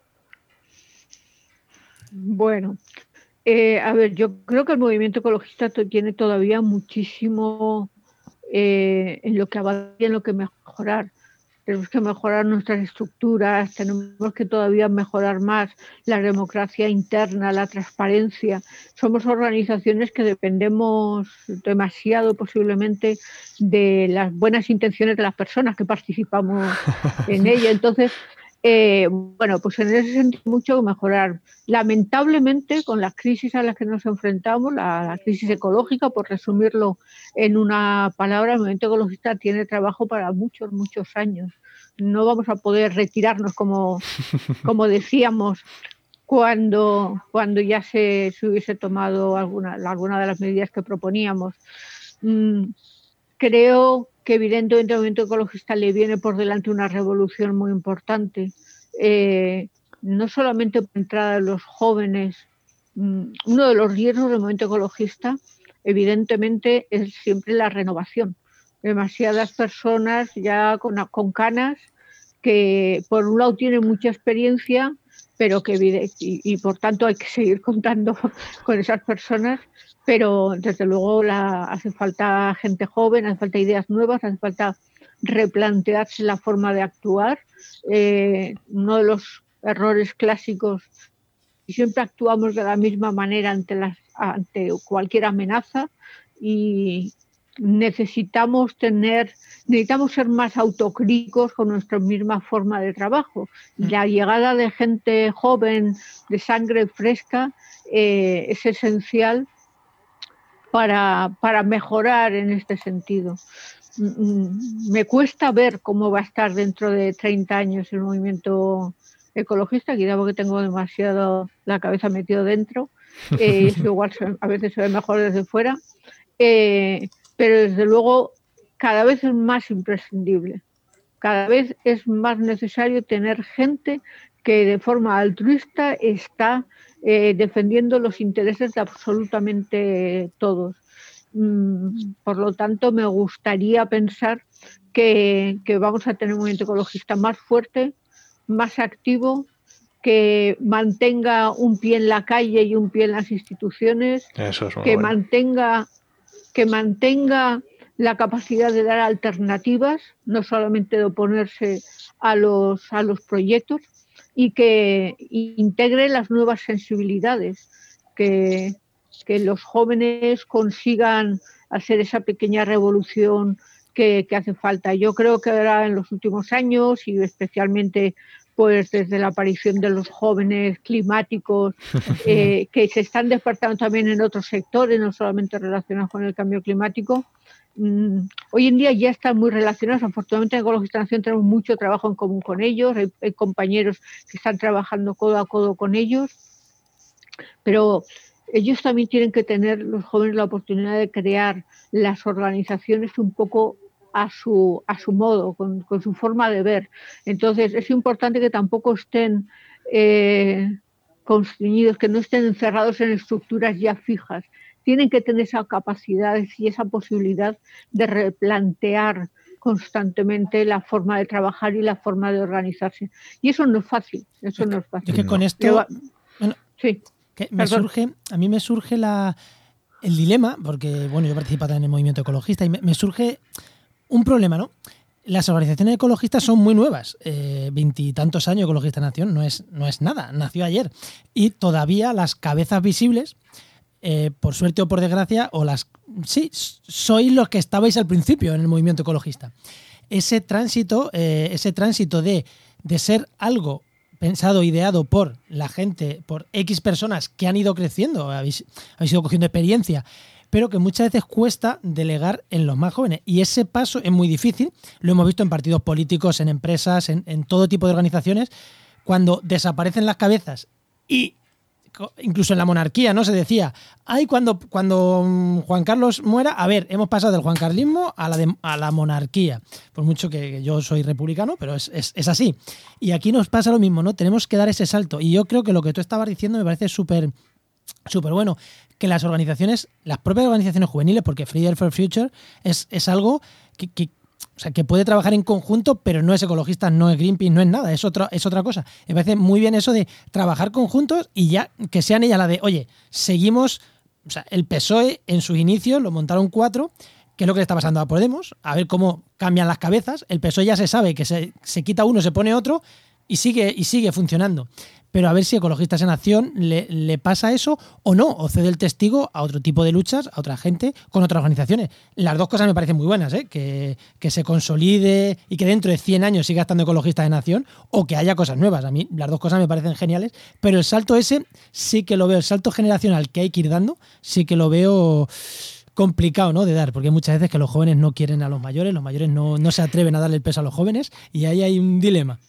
Bueno, eh, a ver, yo creo que el movimiento ecologista tiene todavía muchísimo eh, en lo que avanzar y en lo que mejorar. Tenemos que mejorar nuestras estructuras, tenemos que todavía mejorar más la democracia interna, la transparencia. Somos organizaciones que dependemos demasiado posiblemente de las buenas intenciones de las personas que participamos en ella. Entonces, eh, bueno, pues en ese sentido mucho mejorar. Lamentablemente, con las crisis a las que nos enfrentamos, la, la crisis ecológica, por resumirlo en una palabra, el movimiento ecologista tiene trabajo para muchos, muchos años. No vamos a poder retirarnos, como, como decíamos, cuando, cuando ya se, se hubiese tomado alguna, alguna de las medidas que proponíamos. Mm, creo que evidentemente al movimiento ecologista le viene por delante una revolución muy importante, eh, no solamente por entrada de los jóvenes. Mm, uno de los riesgos del movimiento ecologista, evidentemente, es siempre la renovación. Demasiadas personas ya con, con canas que por un lado tienen mucha experiencia, pero que y, y por tanto hay que seguir contando con esas personas, pero desde luego la, hace falta gente joven, hace falta ideas nuevas, hace falta replantearse la forma de actuar. Eh, uno de los errores clásicos, y siempre actuamos de la misma manera ante, las, ante cualquier amenaza, y necesitamos tener, necesitamos ser más autocríticos con nuestra misma forma de trabajo. Y la llegada de gente joven, de sangre fresca, eh, es esencial para, para mejorar en este sentido. Me cuesta ver cómo va a estar dentro de treinta años el movimiento ecologista, quizá porque tengo demasiado la cabeza metido dentro, eh, eso igual se, a veces se ve mejor desde fuera, eh, pero desde luego cada vez es más imprescindible, cada vez es más necesario tener gente que de forma altruista está eh, defendiendo los intereses de absolutamente todos. Mm, por lo tanto, me gustaría pensar que, que vamos a tener un movimiento ecologista más fuerte, más activo, que mantenga un pie en la calle y un pie en las instituciones, Eso es muy que bueno. mantenga, que mantenga la capacidad de dar alternativas, no solamente de oponerse a los, a los proyectos, y que integre las nuevas sensibilidades, que, que los jóvenes consigan hacer esa pequeña revolución que, que hace falta. Yo creo que ahora en los últimos años, y especialmente pues desde la aparición de los jóvenes climáticos, eh, que se están despertando también en otros sectores, no solamente relacionados con el cambio climático, mmm, hoy en día ya están muy relacionados. Afortunadamente en Ecologistas en Acción tenemos mucho trabajo en común con ellos, hay, hay compañeros que están trabajando codo a codo con ellos, pero ellos también tienen que tener, los jóvenes, la oportunidad de crear las organizaciones un poco a su, a su modo, con, con su forma de ver. Entonces es importante que tampoco estén eh, constreñidos, que no estén encerrados en estructuras ya fijas. Tienen que tener esa capacidad y esa posibilidad de replantear constantemente la forma de trabajar y la forma de organizarse. Y eso no es fácil, eso no es fácil. Es que con esto, Pero, bueno, sí. que me surge, a mí me surge la, el dilema, porque bueno, yo participo también en el movimiento ecologista y me, me surge un problema, ¿no? Las organizaciones ecologistas son muy nuevas, veintitantos años Ecologista en Acción no es, no es nada, nació ayer. Y todavía las cabezas visibles, eh, por suerte o por desgracia, o las sí, sois los que estabais al principio en el movimiento ecologista. Ese tránsito, eh, ese tránsito de, de ser algo pensado, ideado por la gente, por X personas que han ido creciendo, habéis, habéis ido cogiendo experiencia, pero que muchas veces cuesta delegar en los más jóvenes. Y ese paso es muy difícil. Lo hemos visto en partidos políticos, en empresas, en, en todo tipo de organizaciones. Cuando desaparecen las cabezas y incluso en la monarquía, ¿no? Se decía, ay, cuando, cuando Juan Carlos muera, a ver, hemos pasado del juancarlismo a la, de, a la monarquía. Por mucho que, que yo soy republicano, pero es, es, es así. Y aquí nos pasa lo mismo, ¿no? Tenemos que dar ese salto. Y yo creo que lo que tú estabas diciendo me parece súper súper bueno, que las organizaciones, las propias organizaciones juveniles, porque Fridays for Future es, es algo que, que, o sea, que puede trabajar en conjunto, pero no es ecologista, no es Greenpeace, no es nada, es, otro, es otra cosa. Me parece muy bien eso de trabajar conjuntos y ya que sean ellas la de, oye, seguimos, o sea, el P S O E en sus inicios lo montaron cuatro, que es lo que le está pasando a Podemos, a ver cómo cambian las cabezas. El P S O E ya se sabe que se, se quita uno, se pone otro y sigue, y sigue funcionando. Pero a ver si Ecologistas en Acción le, le pasa eso o no, o cede el testigo a otro tipo de luchas, a otra gente, con otras organizaciones. Las dos cosas me parecen muy buenas, ¿eh? que, que se consolide y que dentro de cien años siga estando Ecologistas en Acción o que haya cosas nuevas. A mí las dos cosas me parecen geniales, pero el salto ese sí que lo veo, el salto generacional que hay que ir dando, sí que lo veo complicado, ¿no?, de dar, porque hay muchas veces que los jóvenes no quieren a los mayores, los mayores no, no se atreven a darle el peso a los jóvenes y ahí hay un dilema.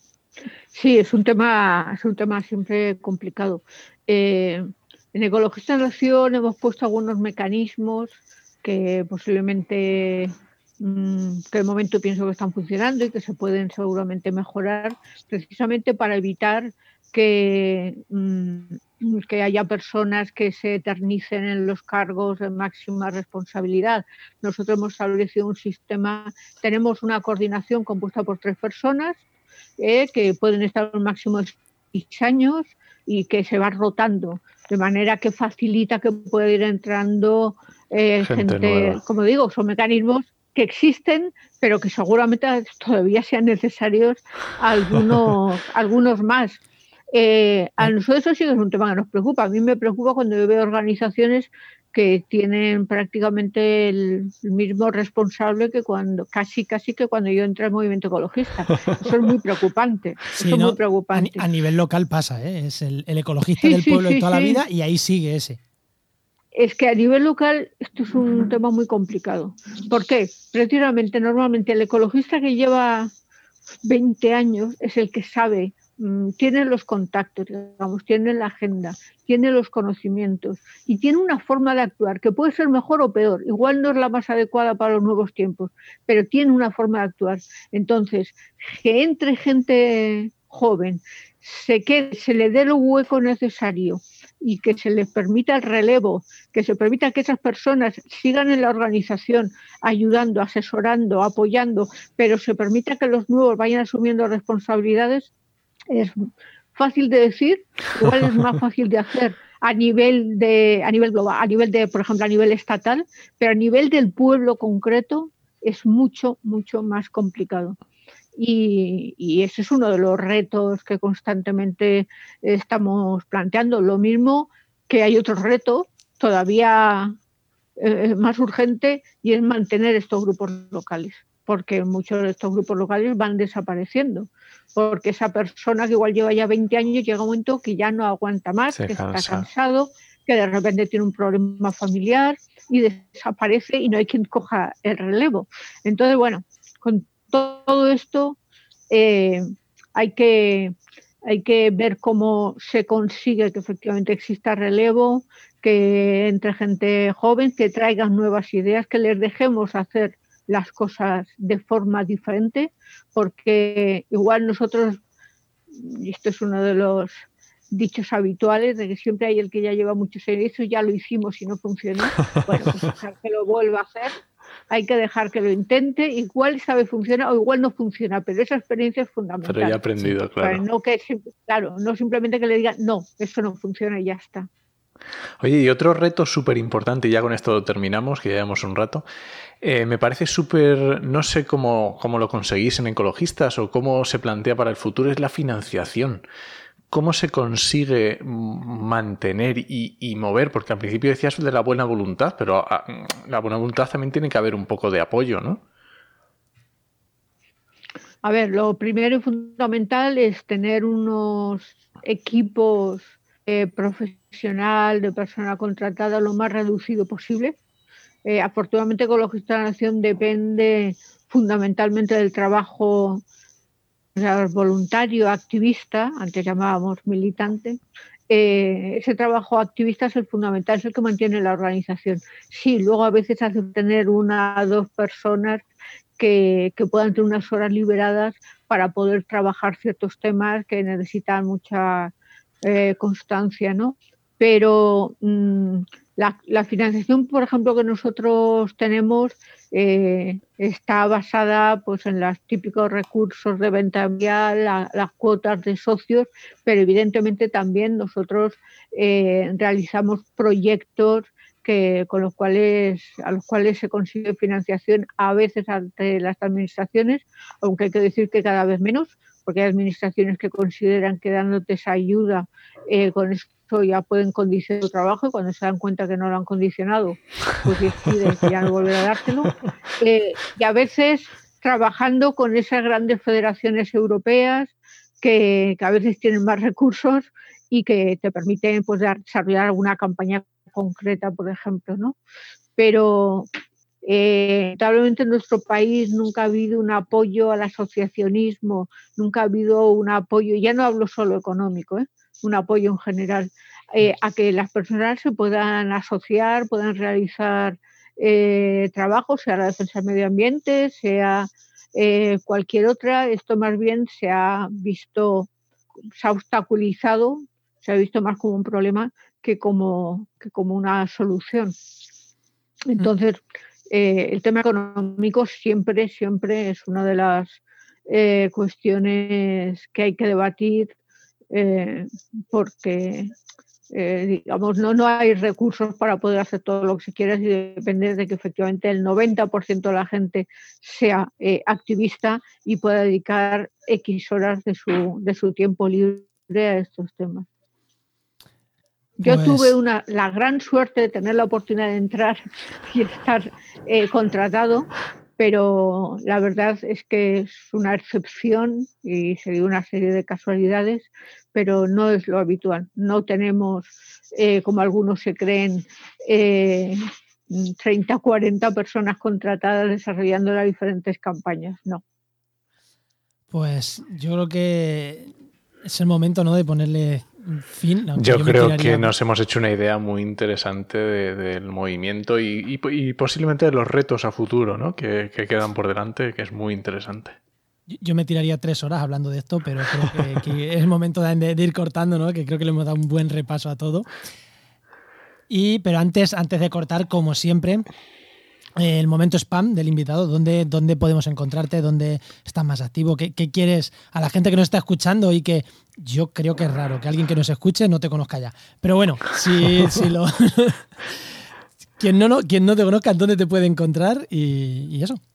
Sí, es un tema, es un tema siempre complicado. Eh, en Ecologistas en Acción hemos puesto algunos mecanismos que posiblemente, mmm, que de momento pienso que están funcionando y que se pueden seguramente mejorar, precisamente para evitar que, mmm, que haya personas que se eternicen en los cargos de máxima responsabilidad. Nosotros hemos establecido un sistema, tenemos una coordinación compuesta por tres personas, Eh, que pueden estar un máximo de seis años y que se va rotando, de manera que facilita que pueda ir entrando eh, gente, gente como digo, son mecanismos que existen, pero que seguramente todavía sean necesarios algunos, algunos más. Eh, a nosotros eso sí que es un tema que nos preocupa. A mí me preocupa cuando yo veo organizaciones que tienen prácticamente el mismo responsable que cuando casi casi que cuando yo entré al movimiento ecologista. Eso es muy preocupante. Sí, eso ¿no? es muy preocupante. A, a nivel local pasa, ¿eh? Es el, el ecologista sí, del sí, pueblo sí, de toda sí. la vida y ahí sigue ese. Es que a nivel local esto es un tema muy complicado. ¿Por qué? Precisamente, normalmente el ecologista que lleva veinte años es el que sabe, tiene los contactos, digamos, tiene la agenda, tiene los conocimientos y tiene una forma de actuar que puede ser mejor o peor. Igual no es la más adecuada para los nuevos tiempos, pero tiene una forma de actuar. Entonces, que entre gente joven, se, quede, se le dé el hueco necesario y que se les permita el relevo, que se permita que esas personas sigan en la organización ayudando, asesorando, apoyando, pero se permita que los nuevos vayan asumiendo responsabilidades. Es fácil de decir, igual es más fácil de hacer a nivel de a nivel global, a nivel de, por ejemplo, a nivel estatal, pero a nivel del pueblo concreto es mucho, mucho más complicado. Y, y ese es uno de los retos que constantemente estamos planteando. Lo mismo que hay otro reto todavía eh, más urgente y es mantener estos grupos locales, porque muchos de estos grupos locales van desapareciendo, porque esa persona que igual lleva ya veinte años llega un momento que ya no aguanta más, Se que cansa. Está cansado, que de repente tiene un problema familiar y desaparece y no hay quien coja el relevo. Entonces, bueno, con todo esto eh, hay que hay que ver cómo se consigue que efectivamente exista relevo, que entre gente joven, que traigan nuevas ideas, que les dejemos hacer las cosas de forma diferente, porque igual nosotros, y esto es uno de los dichos habituales, de que siempre hay el que ya lleva muchos años, eso ya lo hicimos y no funcionó, bueno, pues dejar que lo vuelva a hacer, hay que dejar que lo intente, igual sabe funciona o igual no funciona, pero esa experiencia es fundamental. Pero ya he aprendido, claro. No, que, claro, no simplemente que le digan, no, eso no funciona y ya está. Oye, y otro reto súper importante, y ya con esto terminamos, que ya llevamos un rato, eh, me parece súper, no sé cómo, cómo lo conseguís en Ecologistas o cómo se plantea para el futuro, es la financiación. ¿Cómo se consigue mantener y, y mover? Porque al principio decías de la buena voluntad, pero a, la buena voluntad también tiene que haber un poco de apoyo, ¿no? A ver, lo primero y fundamental es tener unos equipos eh, profesional de persona contratada lo más reducido posible. Eh, afortunadamente, Ecologistas de la Nación depende fundamentalmente del trabajo, o sea, voluntario, activista, antes llamábamos militante. Eh, ese trabajo activista es el fundamental, es el que mantiene la organización. Sí, luego a veces hace tener una o dos personas que, que puedan tener unas horas liberadas para poder trabajar ciertos temas que necesitan mucha eh, constancia, ¿no? Pero mmm, la, la financiación, por ejemplo, que nosotros tenemos eh, está basada pues, en los típicos recursos de venta vial, la, las cuotas de socios, pero evidentemente también nosotros eh, realizamos proyectos que, con los cuales, a los cuales se consigue financiación a veces ante las administraciones, aunque hay que decir que cada vez menos, porque hay administraciones que consideran que dándote esa ayuda eh, con eso ya pueden condicionar tu trabajo y cuando se dan cuenta que no lo han condicionado, pues deciden que ya no volver a dártelo. Eh, y a veces trabajando con esas grandes federaciones europeas que, que a veces tienen más recursos y que te permiten pues, desarrollar alguna campaña concreta, por ejemplo, ¿no? Pero eh, lamentablemente en nuestro país nunca ha habido un apoyo al asociacionismo, nunca ha habido un apoyo, ya no hablo solo económico, ¿eh? un apoyo en general, eh, a que las personas se puedan asociar, puedan realizar eh, trabajos, sea la defensa del medio ambiente, sea eh, cualquier otra. Esto más bien se ha visto, se ha obstaculizado, se ha visto más como un problema que como, que como una solución. Entonces, eh, el tema económico siempre, siempre es una de las eh, cuestiones que hay que debatir eh, porque, eh, digamos, no, no hay recursos para poder hacer todo lo que se quiera y depende de que efectivamente el noventa por ciento de la gente sea eh, activista y pueda dedicar X horas de su, de su tiempo libre a estos temas. Yo pues... tuve una, la gran suerte de tener la oportunidad de entrar y estar eh, contratado, pero la verdad es que es una excepción y se dio una serie de casualidades, pero no es lo habitual. No tenemos, eh, como algunos se creen, eh, treinta, cuarenta personas contratadas desarrollando las diferentes campañas, no. Pues yo creo que es el momento, ¿no?, de ponerle fin. Yo, yo creo que nos hemos hecho una idea muy interesante de, del movimiento y, y, y posiblemente de los retos a futuro, ¿no?, que, que quedan por delante, que es muy interesante. Yo me tiraría tres horas hablando de esto, pero creo que, que es el momento de, de ir cortando, ¿no?, que creo que le hemos dado un buen repaso a todo. Y, pero antes, antes de cortar, como siempre, eh, el momento spam del invitado, ¿dónde, dónde podemos encontrarte? ¿Dónde estás más activo? ¿Qué, ¿Qué quieres a la gente que nos está escuchando y que yo creo que es raro que alguien que nos escuche no te conozca ya? Pero bueno, si, si lo... quien, no, no, quien no te conozca, ¿dónde te puede encontrar? Y, y eso.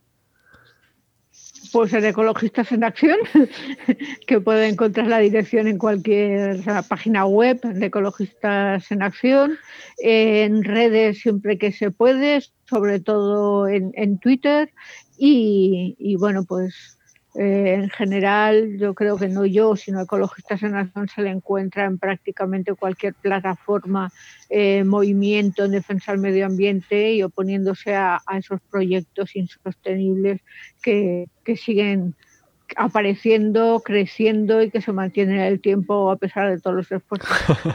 Pues en Ecologistas en Acción, que puede encontrar la dirección en cualquier página web de Ecologistas en Acción, en redes siempre que se puede, sobre todo en, en Twitter y, y bueno, pues eh, en general yo creo que no yo, sino Ecologistas en Acción se le encuentra en prácticamente cualquier plataforma, eh, movimiento en defensa del medio ambiente y oponiéndose a, a esos proyectos insostenibles que, que siguen apareciendo, creciendo y que se mantienen en el tiempo a pesar de todos los esfuerzos.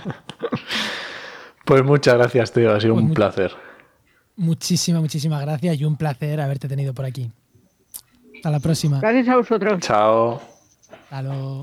Pues muchas gracias, tío, ha sido pues un muy, placer. Muchísimas, muchísimas gracias y un placer haberte tenido por aquí. Hasta la próxima. Gracias a vosotros. Chao. Hasta luego.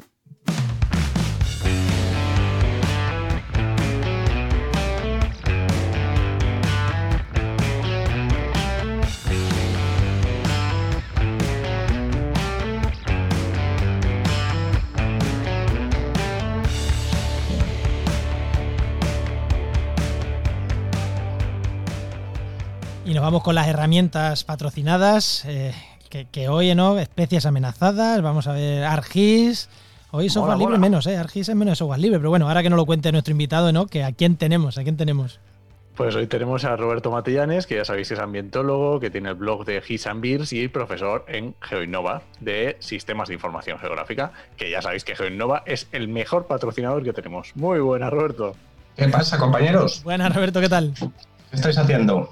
Y nos vamos con las herramientas patrocinadas, eh, que, que hoy, ¿no? Especies amenazadas, vamos a ver ArcGIS. Hoy software Mola, libre mola. menos, ¿eh? ArcGIS es menos de software libre, pero bueno, ahora que no lo cuente nuestro invitado, ¿no? Que a quién tenemos, a quién tenemos. Pues hoy tenemos a Roberto Matellanes, que ya sabéis que es ambientólogo, que tiene el blog de GIS and Beers y profesor en GeoInnova de Sistemas de Información Geográfica, que ya sabéis que GeoInnova es el mejor patrocinador que tenemos. Muy buena, Roberto. ¿Qué pasa, compañeros? Buenas, Roberto, ¿qué tal? ¿Qué estáis haciendo?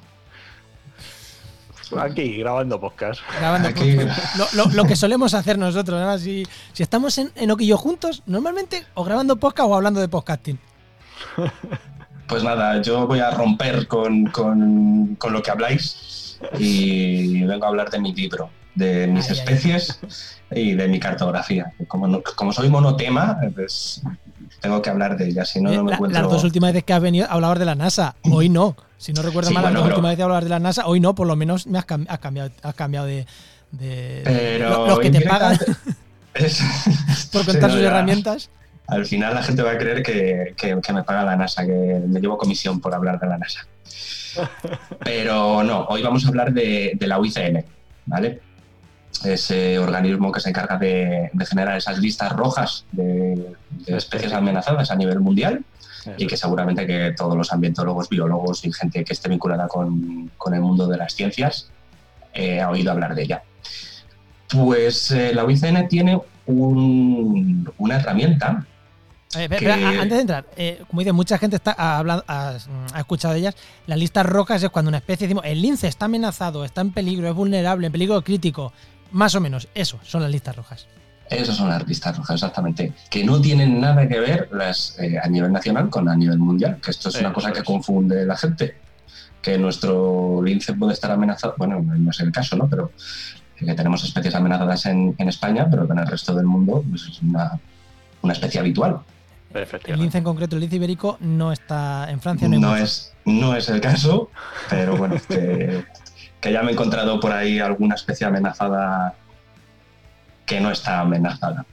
Aquí, grabando podcast. Grabando Aquí. lo, lo, lo que solemos hacer nosotros. Además, si, si estamos en, en Oquillo juntos, normalmente o grabando podcast o hablando de podcasting. Pues nada, yo voy a romper con, con, con lo que habláis y vengo a hablar de mi libro, de mis Ay, especies ay. y de mi cartografía. Como, no, como soy monotema, pues tengo que hablar de ella, si no, Eh, no me la, encuentro... Las dos últimas veces que has venido hablabas de la NASA, hoy no. Si no recuerdo Sí, mal, bueno, las dos pero- últimas veces hablabas de la NASA, hoy no, por lo menos me has, cam- has cambiado, has cambiado de... de Pero lo- los que te pagan es- por contar Sí, sus ya. herramientas. Al final la gente va a creer que, que, que me paga la NASA, que me llevo comisión por hablar de la NASA. Pero no, hoy vamos a hablar de, de la U I C N, ¿vale? Ese organismo que se encarga de, de generar esas listas rojas de, de especies amenazadas a nivel mundial y que seguramente que todos los ambientólogos, biólogos y gente que esté vinculada con, con el mundo de las ciencias eh, ha oído hablar de ella. Pues eh, la U I C N tiene un, una herramienta. Eh, espera, que- espera, antes de entrar, eh, como dice, mucha gente está ha, hablado, ha, ha escuchado de ellas. Las listas rojas es cuando una especie, decimos, el lince está amenazado, está en peligro, es vulnerable, en peligro crítico. Más o menos, eso son las listas rojas. Esas son las listas rojas, exactamente. Que no tienen nada que ver las, eh, a nivel nacional con a nivel mundial. Que esto es una Eso cosa que es. confunde la gente. Que nuestro lince puede estar amenazado. Bueno, no es el caso, ¿no? Pero que tenemos especies amenazadas en, en España, pero que en el resto del mundo pues, es una, una especie habitual. El Efectivamente. lince en concreto, el lince ibérico, no está en Francia. No, hay No mucho. es, no es el caso, pero bueno, que, que ya me he encontrado por ahí alguna especie amenazada que no está amenazada.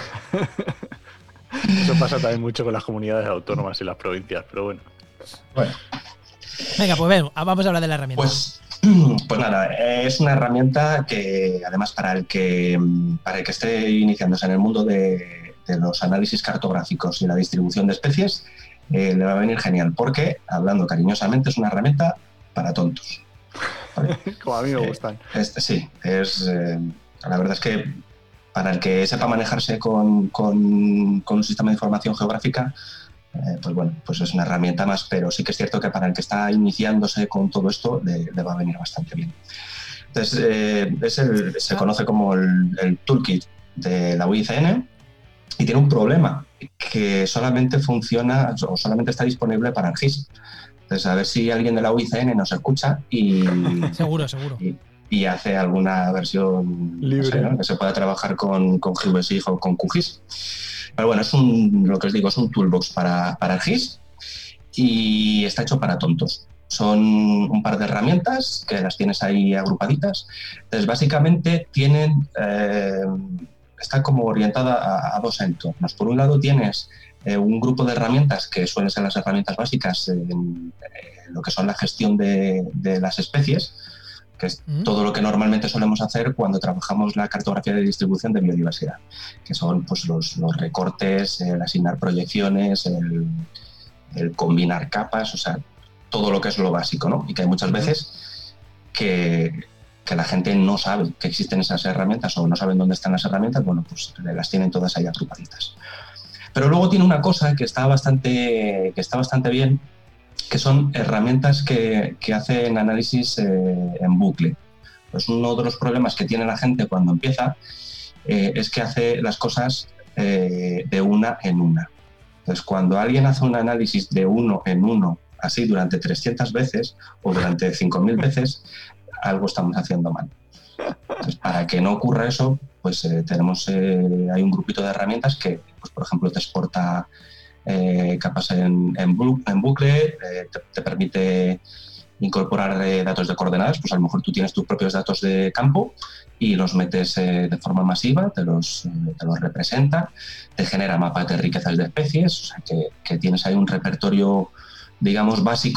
Eso pasa también mucho con las comunidades autónomas y las provincias, pero bueno. Bueno, Venga, pues ven, vamos a hablar de la herramienta. pues, pues nada, es una herramienta que además para el que, para el que esté iniciándose en el mundo de, de los análisis cartográficos y la distribución de especies, eh, le va a venir genial, porque, hablando cariñosamente, es una herramienta para tontos. ¿Vale? Como a mí me Eh, gustan. Este, sí, es, eh, la verdad es que para el que sepa manejarse con, con- con un sistema de información geográfica, eh, pues bueno, pues es una herramienta más, pero sí que es cierto que para el que está iniciándose con todo esto le, le va a venir bastante bien. Entonces, eh, es el- se conoce como el, el toolkit de la U I C N y tiene un problema, que solamente funciona o solamente está disponible para ArcGIS. Entonces, a ver si alguien de la U I C N nos escucha y, Seguro, seguro. y, y hace alguna versión no Libre. sé, ¿no? que se pueda trabajar con, con GeoSig o con QGIS. Pero bueno, es un, lo que os digo, es un toolbox para, para ArcGIS y está hecho para tontos. Son un par de herramientas que las tienes ahí agrupaditas. Entonces, básicamente tienen, eh, está como orientada a, a dos entornos. Por un lado tienes eh, un grupo de herramientas que suelen ser las herramientas básicas en eh, lo que son la gestión de, de las especies, que es Mm. todo lo que normalmente solemos hacer cuando trabajamos la cartografía de distribución de biodiversidad, que son pues, los, los recortes, el asignar proyecciones, el, el combinar capas, o sea, todo lo que es lo básico, ¿no? Y que hay muchas veces que, que la gente no sabe que existen esas herramientas o no saben dónde están las herramientas, bueno, pues las tienen todas ahí agrupaditas. Pero luego tiene una cosa que está bastante, que está bastante bien, que son herramientas que, que hacen análisis eh, en bucle. Pues uno de los problemas que tiene la gente cuando empieza eh, es que hace las cosas eh, de una en una. Entonces, cuando alguien hace un análisis de uno en uno, así durante trescientas veces o durante cinco mil veces, algo estamos haciendo mal. Entonces, para que no ocurra eso, pues eh, tenemos, eh, hay un grupito de herramientas que, pues, por ejemplo, te exporta Eh, capas en, en, bu en bucle, eh, te, te permite incorporar eh, datos de coordenadas, pues a lo mejor tú tienes tus propios datos de campo y los metes eh, de forma masiva, te los, eh, te los representa, te genera mapas de riquezas de especies, o sea que, que tienes ahí un repertorio, digamos, básico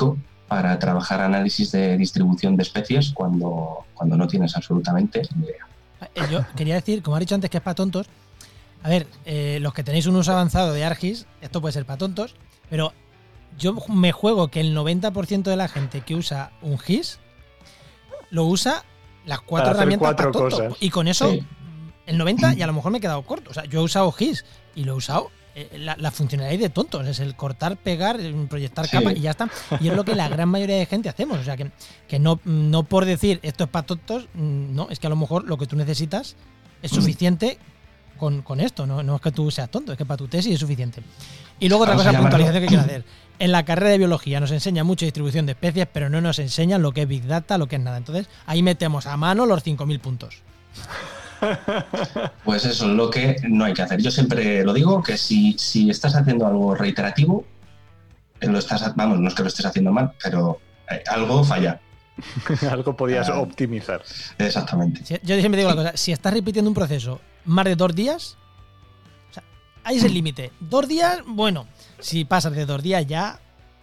para trabajar análisis de distribución de especies cuando, cuando no tienes absolutamente ni idea. Yo quería decir, como has dicho antes, que es para tontos. A ver, eh, los que tenéis un uso avanzado de ArcGIS, esto puede ser para tontos, pero yo me juego que el noventa por ciento de la gente que usa un G I S lo usa las cuatro Para hacer herramientas cuatro para tontos. cosas. Y con eso, Sí. el noventa y a lo mejor me he quedado corto. O sea, yo he usado G I S y lo he usado eh, la, la funcionalidad de tontos. Es el cortar, pegar, proyectar Sí. capas y ya está. Y es lo que la gran mayoría de gente hacemos. O sea, que, que no, no por decir esto es para tontos, no, es que a lo mejor lo que tú necesitas es suficiente con, con esto. No, no es que tú seas tonto, es que para tu tesis es suficiente. Y luego otra Vamos cosa, a llamarlo- puntualización que quiero hacer. En la carrera de biología nos enseña mucho distribución de especies, pero no nos enseñan lo que es Big Data, lo que es nada. Entonces, ahí metemos a mano los cinco mil puntos. Pues eso es lo que no hay que hacer. Yo siempre lo digo, que si, si estás haciendo algo reiterativo, eh, lo estás, vamos, no es que lo estés haciendo mal, pero eh, algo falla. Algo podías Ah. optimizar. Exactamente. Si- Yo siempre digo la cosa, si estás repitiendo un proceso más de dos días, o sea, ahí es el límite. Dos días, bueno, si pasas de dos días ya,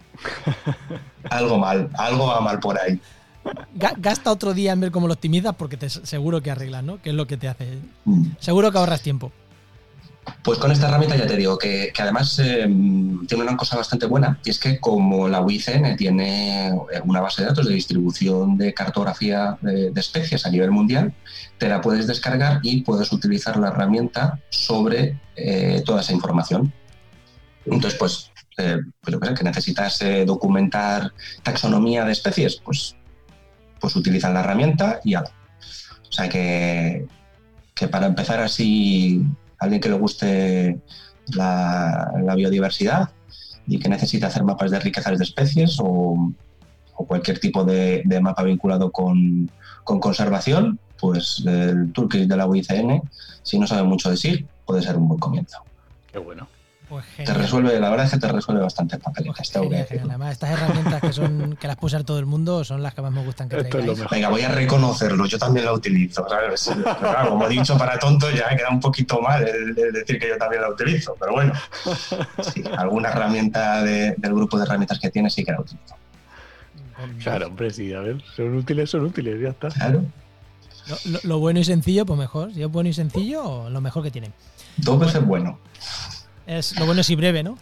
Algo mal, algo va mal por ahí. ga- gasta otro día en ver cómo lo optimizas porque te seguro que arreglas, ¿no? Que es lo que te hace. Mm. Seguro que ahorras tiempo. Pues con esta herramienta ya te digo que, que además eh, tiene una cosa bastante buena, y es que como la U I C N tiene una base de datos de distribución de cartografía de, de especies a nivel mundial, te la puedes descargar y puedes utilizar la herramienta sobre eh, toda esa información. Entonces, pues, eh, pues yo qué sé, que necesitas eh, documentar taxonomía de especies, pues, pues utiliza la herramienta y ala. O sea que, que para empezar así, alguien que le guste la, la biodiversidad y que necesite hacer mapas de riquezas de especies o, o cualquier tipo de, de mapa vinculado con, con conservación, pues el toolkit de la U I C N, si no sabe mucho de S I G, puede ser un buen comienzo. Qué bueno. Pues Te genial. resuelve, la verdad es que te resuelve bastantes Pues papeletas. Tengo que genial, decirlo. genial. Además, estas herramientas que son que las puede usar todo el mundo son las que más me gustan que Esto es lo traigáis. mejor. Venga, voy a reconocerlo, yo también la utilizo, ¿sabes? Pero claro, como he dicho, para tontos ya queda un poquito mal el, el decir que yo también la utilizo, pero bueno, sí, alguna herramienta de- del grupo de herramientas que tiene sí que la utilizo. Claro, hombre, sí, a ver, son útiles, son útiles, ya está. Claro, Lo, lo- lo bueno y sencillo, pues mejor. Si es bueno y sencillo, lo mejor que tiene. dos veces bueno. Es, lo bueno es y breve, ¿no?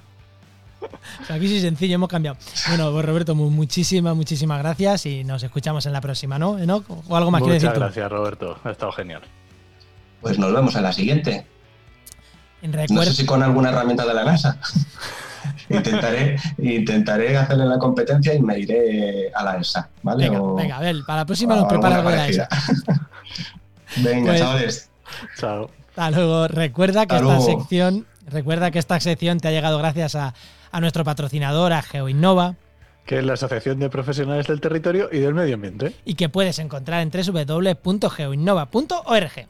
O sea, aquí sí sencillo, hemos cambiado. Bueno, pues Roberto, mu- muchísimas, muchísimas gracias y nos escuchamos en la próxima, ¿no? ¿Enoch? ¿O algo más quieres Muchas decir tú? gracias, Roberto. Ha estado genial. Pues nos vemos en la siguiente. En No recuerdo, sé si con alguna herramienta de la NASA. intentaré, intentaré hacerle la competencia y me iré a la E S A, ¿vale? venga, O- venga, a ver, para la próxima o nos prepara algo alguna de la E S A. parecida. Venga, Pues- chavales. Chao. Hasta luego. Recuerda que Hasta esta luego. sección, recuerda que esta sección te ha llegado gracias a, a nuestro patrocinador, a GeoInnova, Que es la Asociación de Profesionales del Territorio y del Medio Ambiente. y que puedes encontrar en doble u doble u doble u punto geoinnova punto org.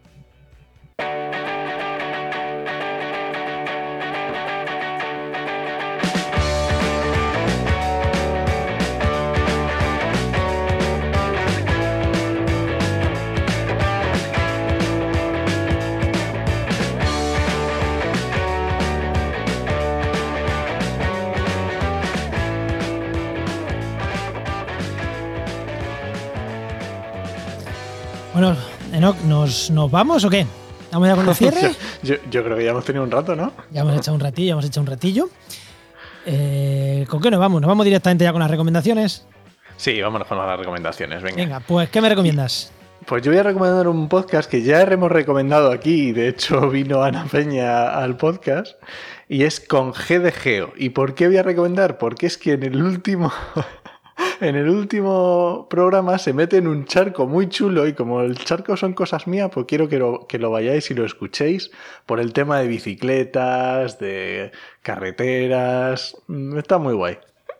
Bueno, Enoch, ¿nos, ¿nos vamos o qué? ¿Vamos ya con el cierre? yo, yo creo que ya hemos tenido un rato, ¿no? Ya hemos echado un ratillo, ya hemos echado un ratillo. Eh, ¿Con qué nos vamos? ¿Nos vamos directamente ya con las recomendaciones? Sí, vámonos con las recomendaciones, venga. Venga, pues ¿qué me recomiendas? Pues yo voy a recomendar un podcast que ya hemos recomendado aquí, de hecho vino Ana Peña al podcast, y es con G de Geo. ¿Y por qué voy a recomendar? Porque es que en el último... En el último programa se mete en un charco muy chulo y como el charco son cosas mías, pues quiero que lo, que lo vayáis y lo escuchéis por el tema de bicicletas, de carreteras. Mm, Está muy guay.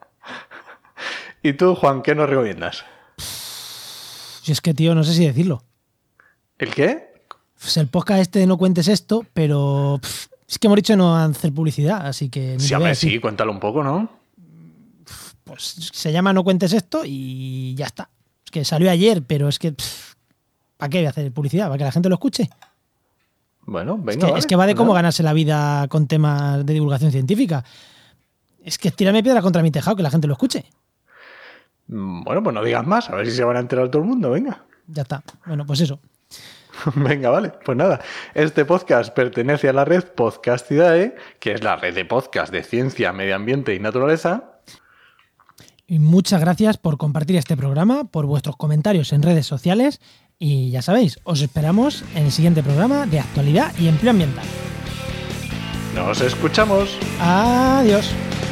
¿Y tú, Juan, qué nos recomiendas? Si es que, tío, no sé si decirlo. ¿El qué? Pues el podcast este de No Cuentes Esto, pero pff, es que hemos dicho no hacer publicidad, así que... ni Sí, te a voy a ver, decir. sí, cuéntalo un poco, ¿no? Pues se llama No Cuentes Esto y ya está. Es que salió ayer, pero es que... pff, ¿para qué voy a hacer publicidad? ¿Para que la gente lo escuche? Bueno, venga. Es que, vale, es que va de pues cómo nada. ganarse la vida con temas de divulgación científica. Es que tírame piedra contra mi tejado, que la gente lo escuche. Bueno, pues no digas más, a ver si se van a enterar todo el mundo, venga. Ya está. Bueno, pues eso. Venga, vale, pues nada. Este podcast pertenece a la red Podcastidae, que es la red de podcast de ciencia, medio ambiente y naturaleza. Y muchas gracias por compartir este programa, por vuestros comentarios en redes sociales y ya sabéis, os esperamos en el siguiente programa de actualidad y empleo ambiental. Nos escuchamos. Adiós.